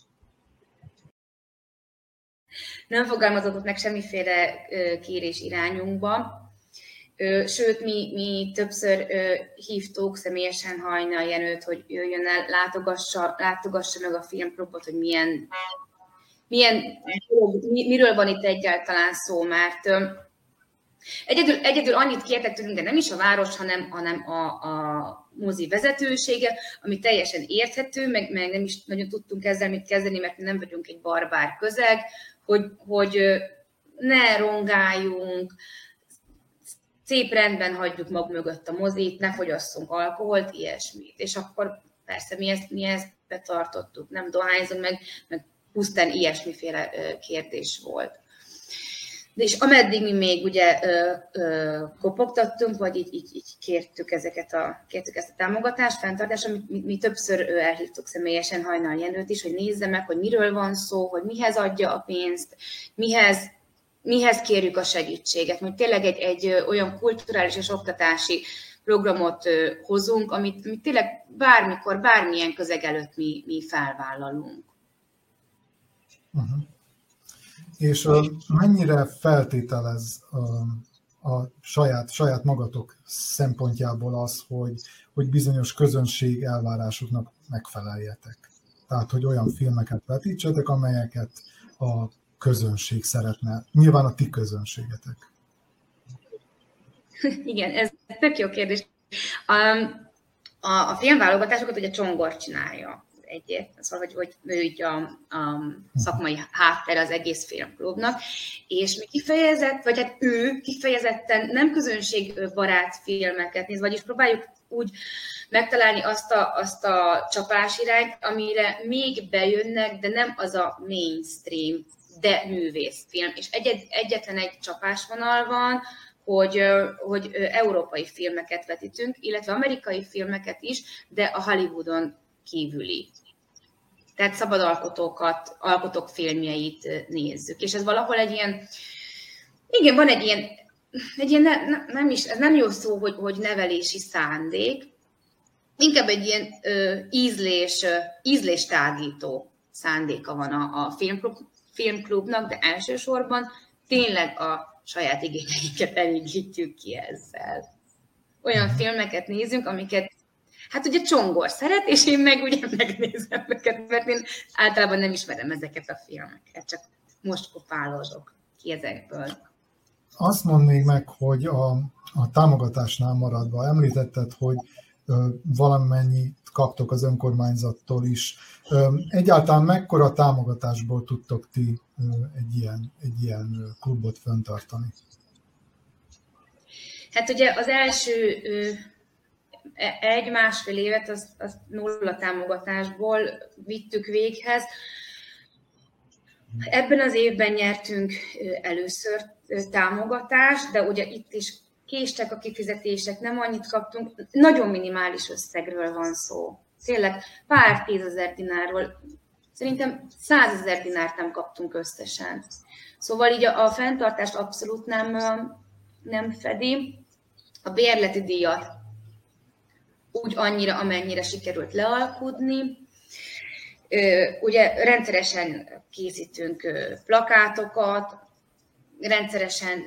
Nem fogalmazódott meg semmiféle kérés irányunkba. Sőt, mi, mi többször hívtuk személyesen Hajnal Jenőt, hogy jöjjön el, látogassa, látogassa meg a filmklubot, hogy milyen, milyen, miről van itt egyáltalán szó, mert Egyedül, egyedül annyit kértek tőlünk, de nem is a város, hanem, hanem a, a mozi vezetősége, ami teljesen érthető, meg, meg nem is nagyon tudtunk ezzel mit kezdeni, mert nem vagyunk egy barbár közeg, hogy, hogy ne rongáljunk, szép rendben hagyjuk magunk mögött a mozit, ne fogyasszunk alkoholt, ilyesmit. És akkor persze mi ezt, mi ezt betartottuk, nem dohányzunk, meg, meg pusztán ilyesmiféle kérdés volt. De és ameddig mi még ugye ö, ö, kopogtattunk, vagy így, így, így kértük, ezeket a, kértük ezt a támogatást, fenntartást, amit mi, mi többször ö, elhívtuk személyesen Hajnal Jenőt is, hogy nézze meg, hogy miről van szó, hogy mihez adja a pénzt, mihez, mihez kérjük a segítséget. Hogy tényleg egy, egy ö, olyan kulturális és oktatási programot ö, hozunk, amit, amit tényleg bármikor, bármilyen közeg előtt mi, mi felvállalunk. Uh-huh. És uh, mennyire feltételez uh, a saját, saját magatok szempontjából az, hogy, hogy bizonyos közönség elvárásoknak megfeleljetek? Tehát, hogy olyan filmeket vetítsetek, amelyeket a közönség szeretne. Nyilván a ti közönségetek. Igen, ez tök jó kérdés. A, a, a filmválogatásokat ugye Csongor csinálja. Egyet, szóval, hogy, hogy ő így a, a szakmai háttere az egész filmklubnak, és mi kifejezett, vagy hát ő kifejezetten nem közönségbarát filmeket néz, vagyis próbáljuk úgy megtalálni azt a, azt a csapásirányt, amire még bejönnek, de nem az a mainstream, de művészfilm. És egy, egyetlen egy csapásvonal van, hogy, hogy európai filmeket vetítünk, illetve amerikai filmeket is, de a Hollywoodon kívüli. Tehát szabad alkotókat, alkotók filmjeit nézzük. És ez valahol egy ilyen, igen, van egy ilyen, egy ilyen ne, nem is, ez nem jó szó, hogy, hogy nevelési szándék, inkább egy ilyen ö, ízlés, ö, ízléstágító szándéka van a, a filmklub, filmklubnak, de elsősorban tényleg a saját igényeinket elégítjük ki ezzel. Olyan filmeket nézünk, amiket hát ugye Csongor szeret, és én meg ugye megnézem őket, mert én általában nem ismerem ezeket a filmeket, csak most kopálózok ki ezekből. Azt mondd még meg, hogy a, a támogatásnál maradva említetted, hogy ö, valamennyit kaptok az önkormányzattól is. Ö, egyáltalán mekkora támogatásból tudtok ti ö, egy, ilyen, egy ilyen klubot fenntartani? Hát ugye az első ö, egy-másfél évet azt, azt nulla támogatásból vittük véghez. Ebben az évben nyertünk először támogatást, de ugye itt is késtek a kifizetések, nem annyit kaptunk, nagyon minimális összegről van szó. Tényleg pár tízezer dinárról, szerintem százezer dinárt nem kaptunk összesen. Szóval így a, a fenntartást abszolút nem, nem fedi. A bérleti díjat úgy annyira, amennyire sikerült lealkudni. Ugye rendszeresen készítünk plakátokat, rendszeresen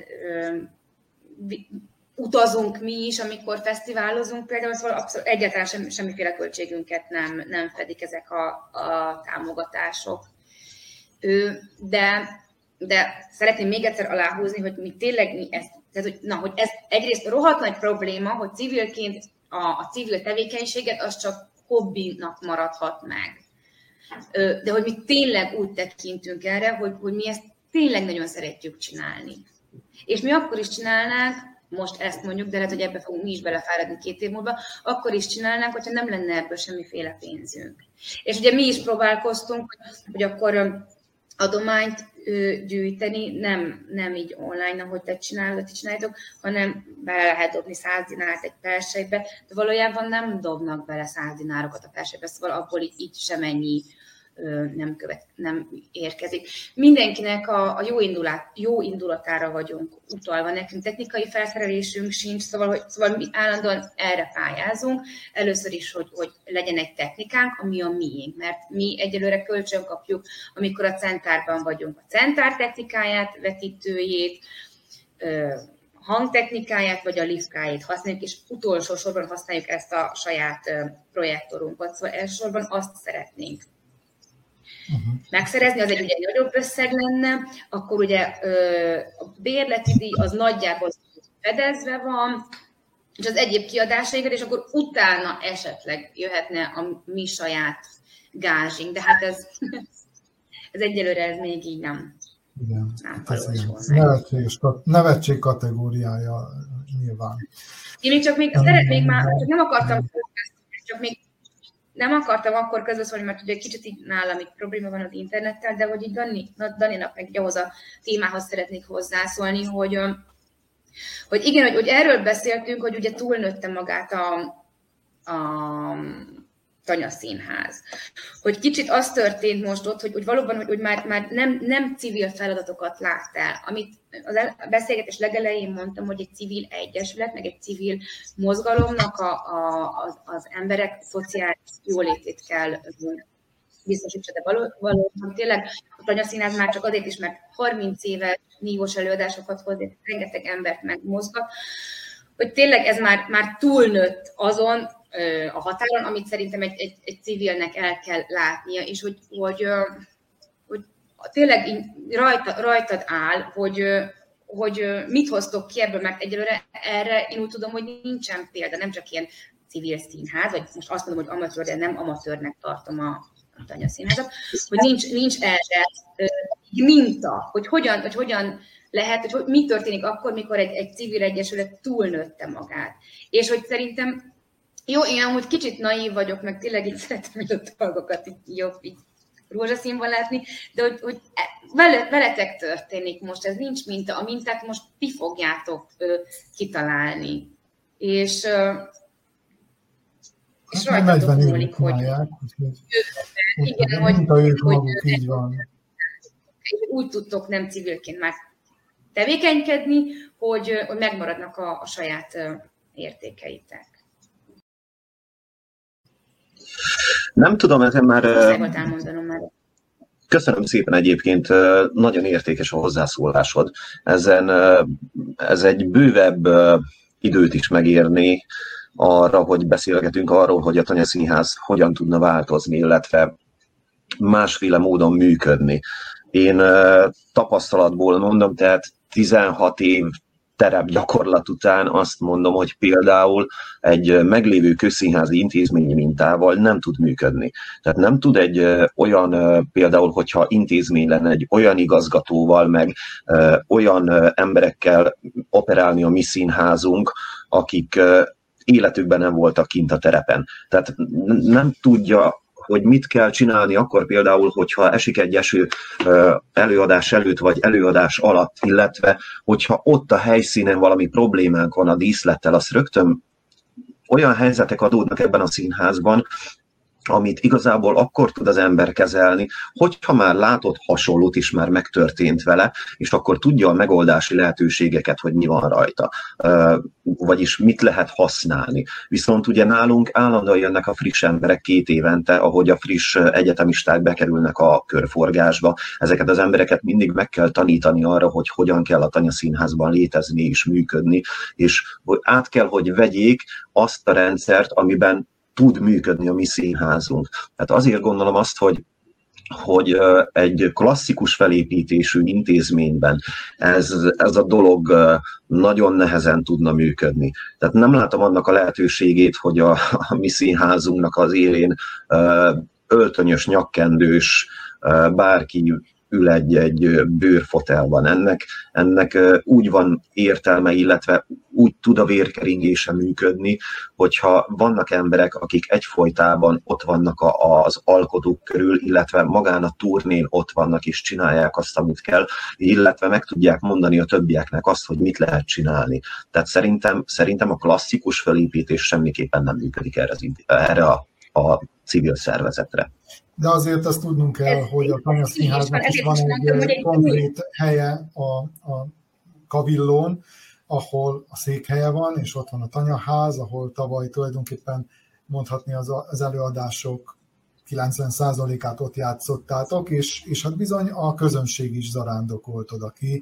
utazunk mi is, amikor fesztiválozunk például, szóval abszolút egyáltalán semmi, semmiféle költségünket nem, nem fedik ezek a, a támogatások. De, de szeretném még egyszer aláhúzni, hogy mi tényleg mi ezt, tehát, hogy, na, hogy ez egyrészt rohadt nagy probléma, hogy civilként a, a civil tevékenységet az csak hobbinak maradhat meg. De hogy mi tényleg úgy tekintünk erre, hogy, hogy mi ezt tényleg nagyon szeretjük csinálni. És mi akkor is csinálnánk, most ezt mondjuk, de lehet, hogy ebbe fogunk mi is belefáradni két év múlva, akkor is csinálnánk, hogyha nem lenne ebből semmiféle pénzünk. És ugye mi is próbálkoztunk, hogy akkor adományt gyűjteni, nem, nem így online, ahogy te csinálod, ti csináljátok, hanem bele lehet dobni száz dinárt egy persejbe, de valójában nem dobnak bele száz dinárokat a persejbe, szóval abból így, így sem ennyi nem, követ, nem érkezik. Mindenkinek a, a jó, indulat, jó indulatára vagyunk utalva, nekünk technikai felszerelésünk sincs, szóval, hogy, szóval mi állandóan erre pályázunk. Először is, hogy, hogy legyen egy technikánk, ami a miénk, mert mi egyelőre kölcsön kapjuk, amikor a centárban vagyunk, a centár technikáját, vetítőjét, hangtechnikáját, vagy a lifkáját használjuk, és utolsó sorban használjuk ezt a saját projektorunkat, szóval elsősorban azt szeretnénk Uh-huh. megszerezni, az egy ugye nagyobb összeg lenne, akkor ugye ö, a bérleti díj az nagyjából fedezve van, és az egyéb kiadásainkat, és akkor utána esetleg jöhetne a mi saját gázsink, de hát ez, ez egyelőre ez még így nem, igen, nem valósul. Nevetség, nevetség kategóriája nyilván. Én még csak még um, szeretnék már, csak nem akartam, csak még nem akartam akkor közbeszólni, mert ugye kicsit így nálam itt probléma van az internettel, de hogy így Dani, Daninak meg ahhoz a témához szeretnék hozzászólni, hogy, hogy igen, hogy, hogy erről beszéltünk, hogy ugye túlnőtte magát a, a Tanya Színház. Hogy kicsit az történt most ott, hogy, hogy valóban, hogy, hogy már, már nem, nem civil feladatokat lát el. Amit a beszélgetés legelején mondtam, hogy egy civil egyesület, meg egy civil mozgalomnak a, a, az, az emberek szociális jólétét kell biztosítsa, de valóban tényleg a Tanya Színház már csak azért is, mert harminc éve nívós előadásokat hoz, rengeteg embert megmozgat, hogy tényleg ez már, már túlnőtt azon, a határon, amit szerintem egy, egy, egy civilnek el kell látnia, és hogy, hogy, hogy tényleg rajta, rajtad áll, hogy, hogy mit hoztok ki ebből, mert egyelőre erre én úgy tudom, hogy nincsen példa, nem csak ilyen civil színház, vagy most azt mondom, hogy amatőr, de nem amatőrnek tartom a, a Tanya Színházat, hogy nincs, nincs erre minta, hogy hogyan, hogy hogyan lehet, hogy mi történik akkor, mikor egy, egy civil egyesület túlnőtte magát. És hogy szerintem jó, én amúgy kicsit naív vagyok, meg tényleg így szeretem, hogy a dolgokat így jobb így rózsaszínban látni, de hogy, hogy vele, veletek történik most, ez nincs minta, a mintát most ti fogjátok ö, kitalálni. És, ö, és rajtatok múlik, hogy igen, hogy, hogy, maguk, így van. úgy tudtok nem civilként már tevékenykedni, hogy, hogy megmaradnak a, a saját ö, értékeitek. Nem tudom, ezen már... már. Köszönöm szépen egyébként, nagyon értékes a hozzászólásod. Ezen, ez egy bővebb időt is megérni arra, hogy beszélgetünk arról, hogy a Tanya Színház hogyan tudna változni, illetve másféle módon működni. Én tapasztalatból mondom, tehát tizenhat év terep gyakorlat után azt mondom, hogy például egy meglévő közszínházi intézményi mintával nem tud működni. Tehát nem tud egy olyan, például, hogyha intézmény lenne, egy olyan igazgatóval, meg olyan emberekkel operálni a mi színházunk, akik életükben nem voltak kint a terepen. Tehát nem tudja, hogy mit kell csinálni akkor például, hogyha esik egy eső előadás előtt, vagy előadás alatt, illetve hogyha ott a helyszínen valami problémánk van a díszlettel, az rögtön olyan helyzetek adódnak ebben a színházban, amit igazából akkor tud az ember kezelni, hogyha már látott hasonlót is már megtörtént vele, és akkor tudja a megoldási lehetőségeket, hogy mi van rajta, vagyis mit lehet használni. Viszont ugye nálunk állandóan jönnek a friss emberek két évente, ahogy a friss egyetemisták bekerülnek a körforgásba. Ezeket az embereket mindig meg kell tanítani arra, hogy hogyan kell a Tanya Színházban létezni és működni, és át kell, hogy vegyék azt a rendszert, amiben tud működni a mi színházunk. Tehát azért gondolom azt, hogy, hogy egy klasszikus felépítésű intézményben ez, ez a dolog nagyon nehezen tudna működni. Tehát nem látom annak a lehetőségét, hogy a, a mi színházunknak az élén öltönyös, nyakkendős bárki ül egy, egy bőrfotelban. Ennek, ennek úgy van értelme, illetve úgy tud a vérkeringése működni, hogyha vannak emberek, akik egyfolytában ott vannak a, az alkotók körül, illetve magán a turnén ott vannak és csinálják azt, amit kell, illetve meg tudják mondani a többieknek azt, hogy mit lehet csinálni. Tehát szerintem, szerintem a klasszikus felépítés semmiképpen nem működik erre, erre a, a civil szervezetre. De azért azt tudnunk kell, ez hogy a Tanya Színháznak is van egy konkrét helye a, a Kavillón, ahol a székhelye van, és ott van a Tanyaház, ahol tavaly tulajdonképpen mondhatni az, az előadások kilencven százalékát ott játszottátok, és, és hát bizony a közönség is zarándokolt oda ki,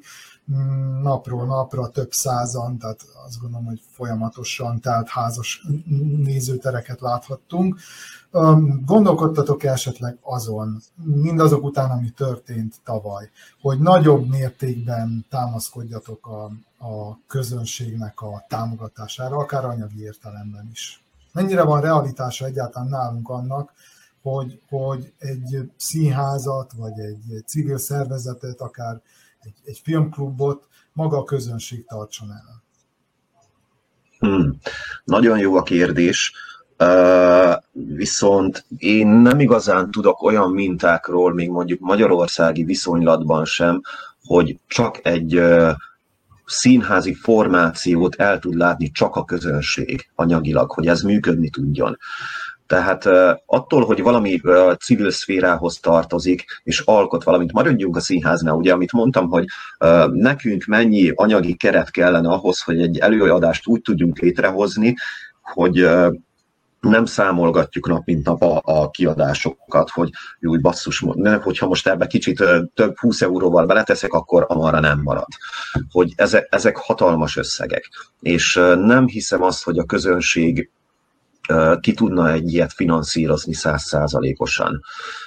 napról napra több százan, tehát azt gondolom, hogy folyamatosan telt házas nézőtereket láthattunk. Gondolkodtatok esetleg azon, mindazok után, ami történt tavaly, hogy nagyobb mértékben támaszkodjatok a, a közönségnek a támogatására, akár anyagi értelemben is. Mennyire van realitása egyáltalán nálunk annak, hogy, hogy egy színházat, vagy egy civil szervezetet, akár egy, egy filmklubot maga a közönség tartson el? Hmm. Nagyon jó a kérdés. Uh, viszont én nem igazán tudok olyan mintákról, még mondjuk magyarországi viszonylatban sem, hogy csak egy uh, színházi formációt el tud látni csak a közönség anyagilag, hogy ez működni tudjon. Tehát uh, attól, hogy valami uh, civil szférához tartozik, és alkot valamit, maradjunk a színháznál, ugye, amit mondtam, hogy uh, nekünk mennyi anyagi keret kellene ahhoz, hogy egy előadást úgy tudjunk létrehozni, hogy uh, nem számolgatjuk nap mint nap a, a kiadásokat, hogy úgy basszus, hogyha most ebbe kicsit több húsz euróval beleteszek, akkor amarra nem marad. Hogy ezek, ezek hatalmas összegek. És nem hiszem azt, hogy a közönség ki tudna egy ilyet finanszírozni százszázalékosan.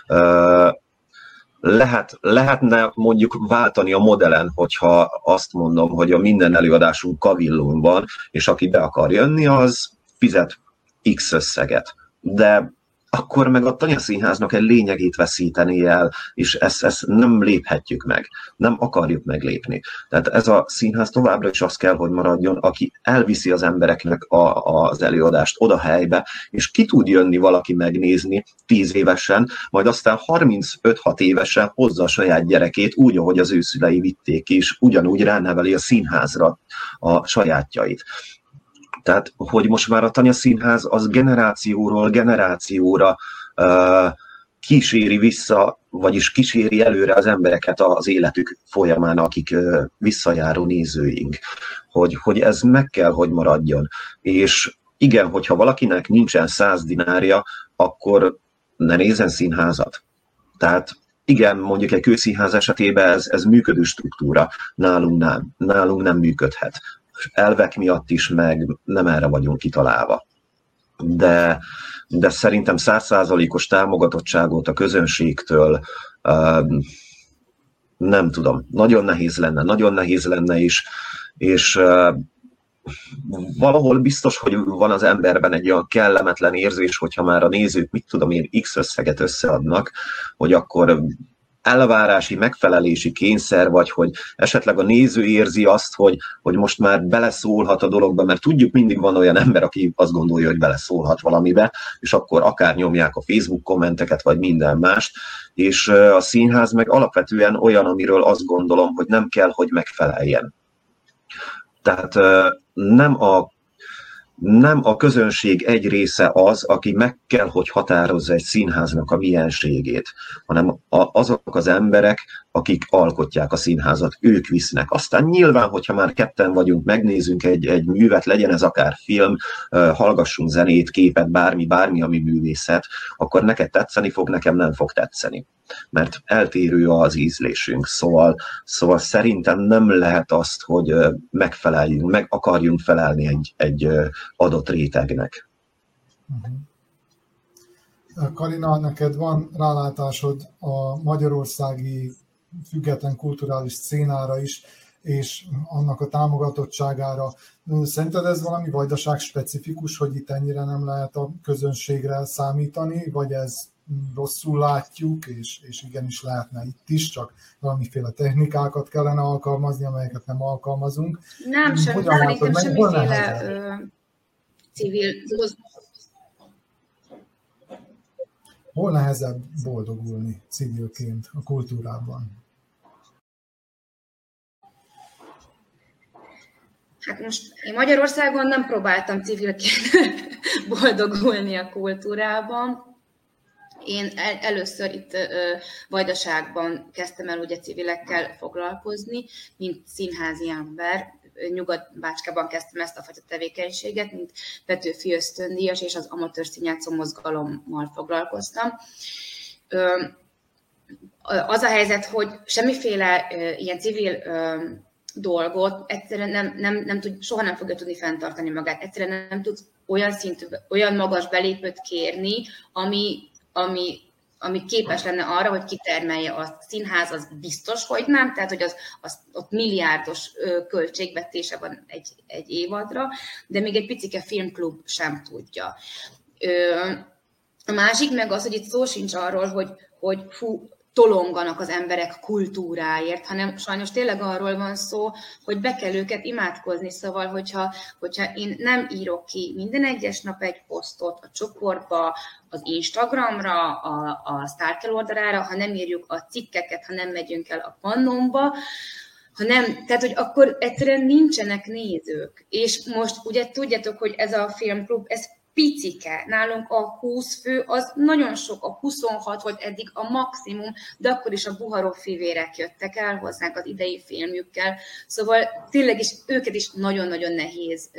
Lehet, lehetne mondjuk váltani a modellen, hogyha azt mondom, hogy a minden előadásunk Kavillón van, és aki be akar jönni, az fizet X összeget. De akkor meg a Tanyaszínháznak egy lényegét veszíteni el, és ezt, ezt nem léphetjük meg. Nem akarjuk meglépni. Tehát ez a színház továbbra is az kell, hogy maradjon, aki elviszi az embereknek a, az előadást oda helybe, és ki tud jönni valaki megnézni tíz évesen, majd aztán harmincöt-hat évesen hozza a saját gyerekét úgy, ahogy az ő szülei vitték, és ugyanúgy ráneveli a színházra a sajátjait. Tehát, hogy most már a Tanyaszínház az generációról generációra uh, kíséri vissza, vagyis kíséri előre az embereket az életük folyamán, akik uh, visszajáró nézőink. Hogy, hogy ez meg kell, hogy maradjon. És igen, hogyha valakinek nincsen száz dinárja, akkor ne nézzen színházat. Tehát igen, mondjuk egy kőszínház esetében ez, ez működő struktúra, nálunk nem, nálunk nem működhet. Elvek miatt is, meg nem erre vagyunk kitalálva. De, de szerintem száz százalékos támogatottságot a közönségtől um, nem tudom. Nagyon nehéz lenne, nagyon nehéz lenne is, és uh, valahol biztos, hogy van az emberben egy olyan kellemetlen érzés, hogyha már a nézők, mit tudom én, X összeget összeadnak, hogy akkor elvárási, megfelelési kényszer, vagy hogy esetleg a néző érzi azt, hogy, hogy most már beleszólhat a dologba, mert tudjuk, mindig van olyan ember, aki azt gondolja, hogy beleszólhat valamibe, és akkor akár nyomják a Facebook kommenteket, vagy minden mást, és a színház meg alapvetően olyan, amiről azt gondolom, hogy nem kell, hogy megfeleljen. Tehát nem a Nem a közönség egy része az, aki meg kell, hogy határozza egy színháznak a mienségét, hanem azok az emberek, akik alkotják a színházat, ők visznek. Aztán nyilván, hogyha már ketten vagyunk, megnézünk egy, egy művet, legyen ez akár film, hallgassunk zenét, képet, bármi, bármi, ami művészet, akkor neked tetszeni fog, nekem nem fog tetszeni. Mert eltérő az ízlésünk. Szóval, szóval szerintem nem lehet azt, hogy megfeleljünk, meg akarjunk felelni egy, egy adott rétegnek. Uh-huh. Karina, neked van rálátásod a magyarországi független kulturális szcénára is, és annak a támogatottságára. Szerinted ez valami Vajdaság specifikus, hogy itt ennyire nem lehet a közönségre számítani, vagy ez rosszul látjuk, és, és igenis lehetne itt is, csak valamiféle technikákat kellene alkalmazni, amelyeket nem alkalmazunk. Nem, sem, szerintem semmiféle ö, civil... Hol nehezebb boldogulni civilként a kultúrában? Hát most én Magyarországon nem próbáltam civilként boldogulni a kultúrában. Én el, először itt ö, Vajdaságban kezdtem el ugye civilekkel foglalkozni, mint színházi ember. Nyugat-Bácskában kezdtem ezt a fajta tevékenységet, mint Petőfi ösztöndíjas, és az amatőr színjátszó mozgalommal foglalkoztam. Ö, az a helyzet, hogy semmiféle ö, ilyen civil ö, dolgot egyszerűen nem, nem, nem tud, soha nem fogja tudni fenntartani magát. Egyszerűen nem tud olyan szintű, olyan magas belépőt kérni, ami Ami, ami képes lenne arra, hogy kitermelje a színház, az biztos, hogy nem, tehát hogy az, az ott milliárdos ö, költségvetése van egy, egy évadra, de még egy picike filmklub sem tudja. Ö, a másik meg az, hogy itt szó sincs arról, hogy, hogy fú, tolonganak az emberek kultúráért, hanem sajnos tényleg arról van szó, hogy be kell őket imádkozni, szóval, hogyha, hogyha én nem írok ki minden egyes nap egy posztot a csoportba, az Instagramra, a, a Starkel oldalára, ha nem írjuk a cikkeket, ha nem megyünk el a Pannonba, ha nem, tehát, hogy akkor egyszerűen nincsenek nézők. És most ugye tudjátok, hogy ez a filmklub, ez picike. Nálunk a húsz fő, az nagyon sok, a huszonhat volt eddig a maximum, de akkor is a Buharov fivérek jöttek el hozzánk az idei filmjükkel. Szóval tényleg is őket is nagyon-nagyon nehéz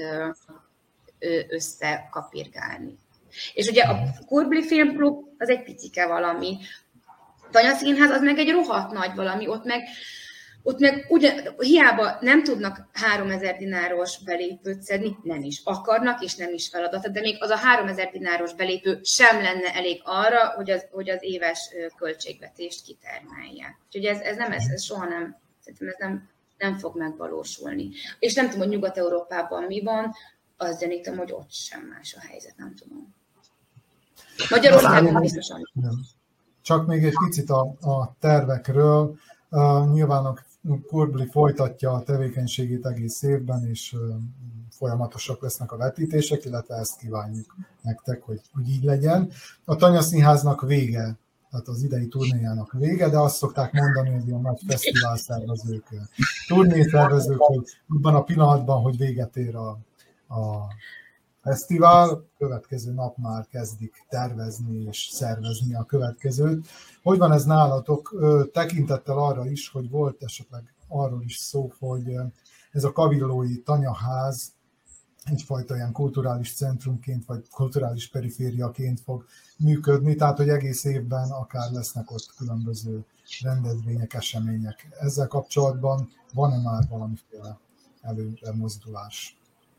összekapirgálni. És ugye a Kurbli Filmklub az egy picike valami. Tanya Színház az meg egy rohadt nagy valami, ott meg Ott meg ugyan, hiába nem tudnak háromezer dináros belépőt szedni, nem is akarnak, és nem is feladata, de még az a háromezer dináros belépő sem lenne elég arra, hogy az, hogy az éves költségvetést kitermelje. Úgyhogy ez, ez nem, ez, ez soha nem, szerintem ez nem, nem fog megvalósulni. És nem tudom, hogy Nyugat-Európában mi van, azt gyanítom, hogy ott sem más a helyzet, nem tudom. Magyarországon biztosan. Csak még egy picit a, a tervekről. Uh, nyilván a Kurbli folytatja a tevékenységét egész évben, és uh, folyamatosak lesznek a vetítések, illetve ezt kívánjuk nektek, hogy, hogy így legyen. A Tanya Színháznak vége, tehát az idei turnéjának vége, de azt szokták mondani, hogy a nagy fesztivál szervezők, turnészervezők, hogy abban a pillanatban, hogy véget ér a, a fesztivál, következő nap már kezdik tervezni és szervezni a következőt. Hogy van ez nálatok? Tekintettel arra is, hogy volt esetleg arról is szó, hogy ez a kavillói tanyaház egyfajta ilyen kulturális centrumként, vagy kulturális perifériaként fog működni, tehát hogy egész évben akár lesznek ott különböző rendezvények, események. Ezzel kapcsolatban van-e már valamiféle előre mozdulás?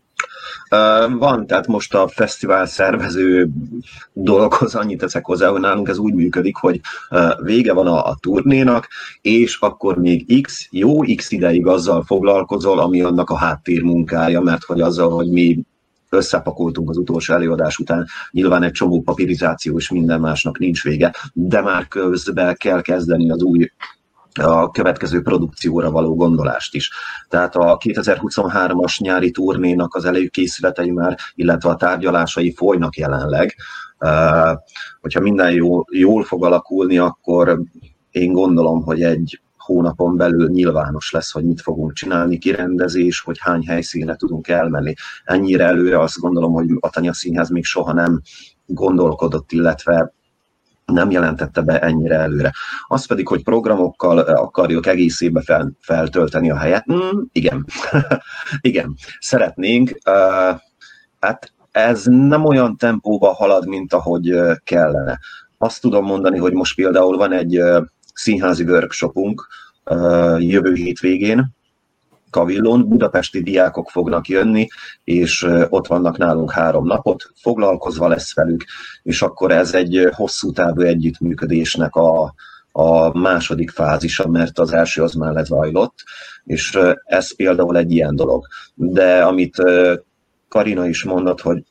Van, tehát most a fesztivál szervező dologhoz annyit teszek hozzá, hogy nálunk ez úgy működik, hogy vége van a, a turnénak, és akkor még X, jó X ideig azzal foglalkozol, ami annak a háttérmunkája, mert hogy azzal, hogy mi összepakoltunk az utolsó előadás után, nyilván egy csomó papirizáció és minden másnak nincs vége, de már közben kell kezdeni az új a következő produkcióra való gondolást is. Tehát a kétezer-huszonhármas nyári turnénak az előkészületei már, illetve a tárgyalásai folynak jelenleg. Uh, hogyha minden jó, jól fog alakulni, akkor én gondolom, hogy egy hónapon belül nyilvános lesz, hogy mit fogunk csinálni, kirendezés, hogy hány helyszínre tudunk elmenni. Ennyire előre azt gondolom, hogy a Tanya Színház még soha nem gondolkodott, illetve nem jelentette be ennyire előre. Az pedig, hogy programokkal akarjuk egész évbe fel, feltölteni a helyet. Mm, igen, igen, szeretnénk. Uh, hát ez nem olyan tempóba halad, mint ahogy kellene. Azt tudom mondani, hogy most például van egy uh, színházi workshopunk uh, jövő hétvégén, Kavillón, budapesti diákok fognak jönni, és ott vannak nálunk három napot, foglalkozva lesz velük, és akkor ez egy hosszú távú együttműködésnek a, a második fázisa, mert az első az már lezajlott, és ez például egy ilyen dolog. De amit Karina is mondott, hogy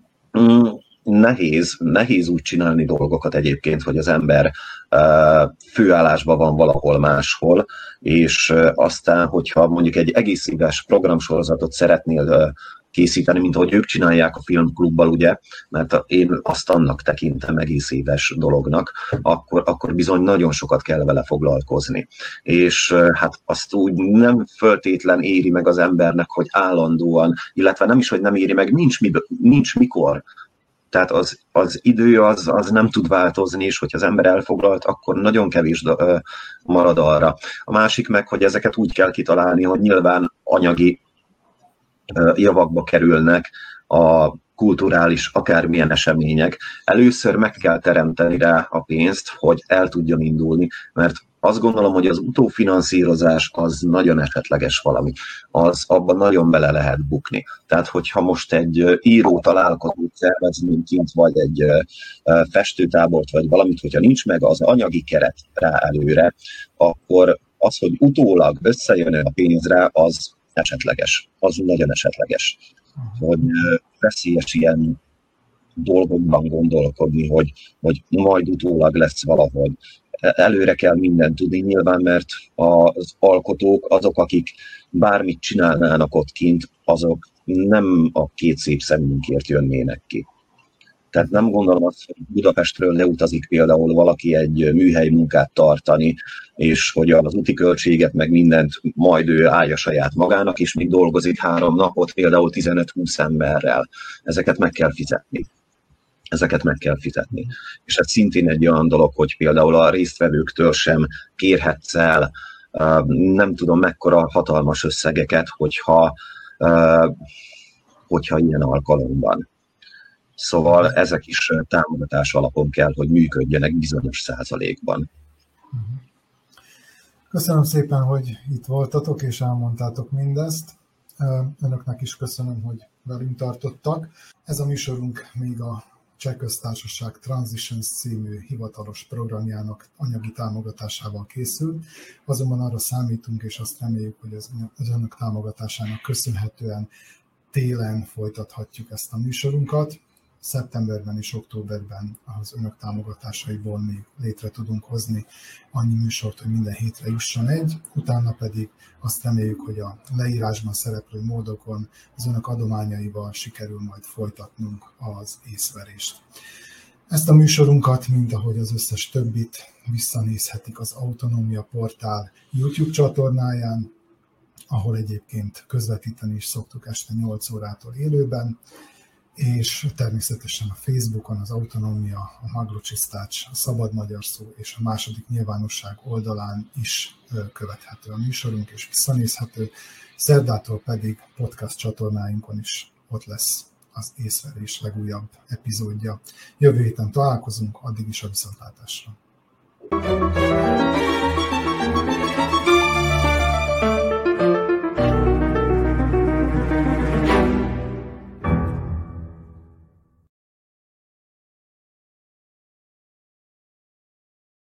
mm, nehéz, nehéz úgy csinálni dolgokat egyébként, hogy az ember uh, főállásban van valahol máshol, és uh, aztán, hogyha mondjuk egy egész éves programsorozatot szeretnél uh, készíteni, mint ahogy ők csinálják a filmklubbal, ugye, mert én azt annak tekintem egész éves dolognak, akkor, akkor bizony nagyon sokat kell vele foglalkozni. És uh, hát azt úgy nem föltétlen éri meg az embernek, hogy állandóan, illetve nem is, hogy nem éri meg, nincs, mi, nincs mikor. Tehát az, az idő az, az nem tud változni, és hogyha az ember elfoglalt, akkor nagyon kevés marad arra. A másik meg, hogy ezeket úgy kell kitalálni, hogy nyilván anyagi javakba kerülnek a kulturális akármilyen események. Először meg kell teremteni rá a pénzt, hogy el tudjon indulni, mert azt gondolom, hogy az utófinanszírozás az nagyon esetleges valami. Az abban nagyon bele lehet bukni. Tehát, hogyha most egy író találkozót szervezünk kint, vagy egy festőtábort, vagy valamit, hogyha nincs meg az anyagi keret rá előre, akkor az, hogy utólag összejön a pénzre, az esetleges. Az nagyon esetleges. Hogy veszélyes ilyen dolgokban gondolkodni, hogy, hogy majd utólag lesz valahogy. előre kell mindent tudni nyilván, mert az alkotók, azok, akik bármit csinálnának ott kint, azok nem a két szép szemünkért jönnének ki. Tehát nem gondolom azt, hogy Budapestről leutazik például valaki egy műhely munkát tartani, és hogy az úti költséget meg mindent majd ő állja saját magának, és még dolgozik három napot, például tizenöt-húsz emberrel. Ezeket meg kell fizetni. Ezeket meg kell fizetni. És ez szintén egy olyan dolog, hogy például a résztvevőktől sem kérhetsz el, nem tudom mekkora hatalmas összegeket, hogyha, hogyha ilyen alkalom van. Szóval ezek is támogatás alapon kell, hogy működjenek bizonyos százalékban. Köszönöm szépen, hogy itt voltatok és elmondtátok mindezt. Önöknek is köszönöm, hogy velünk tartottak. Ez a műsorunk még a Cseh Köztársaság Transitions című hivatalos programjának anyagi támogatásával készül. Azonban arra számítunk, és azt reméljük, hogy az önök támogatásának köszönhetően télen folytathatjuk ezt a műsorunkat. Szeptemberben és októberben az önök támogatásaiból még létre tudunk hozni annyi műsort, hogy minden hétre jusson egy, utána pedig azt reméljük, hogy a leírásban szereplő módokon az önök adományaival sikerül majd folytatnunk az észverést. Ezt a műsorunkat, mint ahogy az összes többit, visszanézhetik az Autonómia Portál YouTube csatornáján, ahol egyébként közvetíteni is szoktuk este nyolc órától élőben, és természetesen a Facebookon az Autonómia, a Maglocsisztács, a Szabad Magyar Szó és a Második Nyilvánosság oldalán is követhető a műsorunk és visszanézhető. Szerdától pedig podcast csatornáinkon is ott lesz az észverés legújabb epizódja. Jövő héten találkozunk, addig is a viszontlátásra.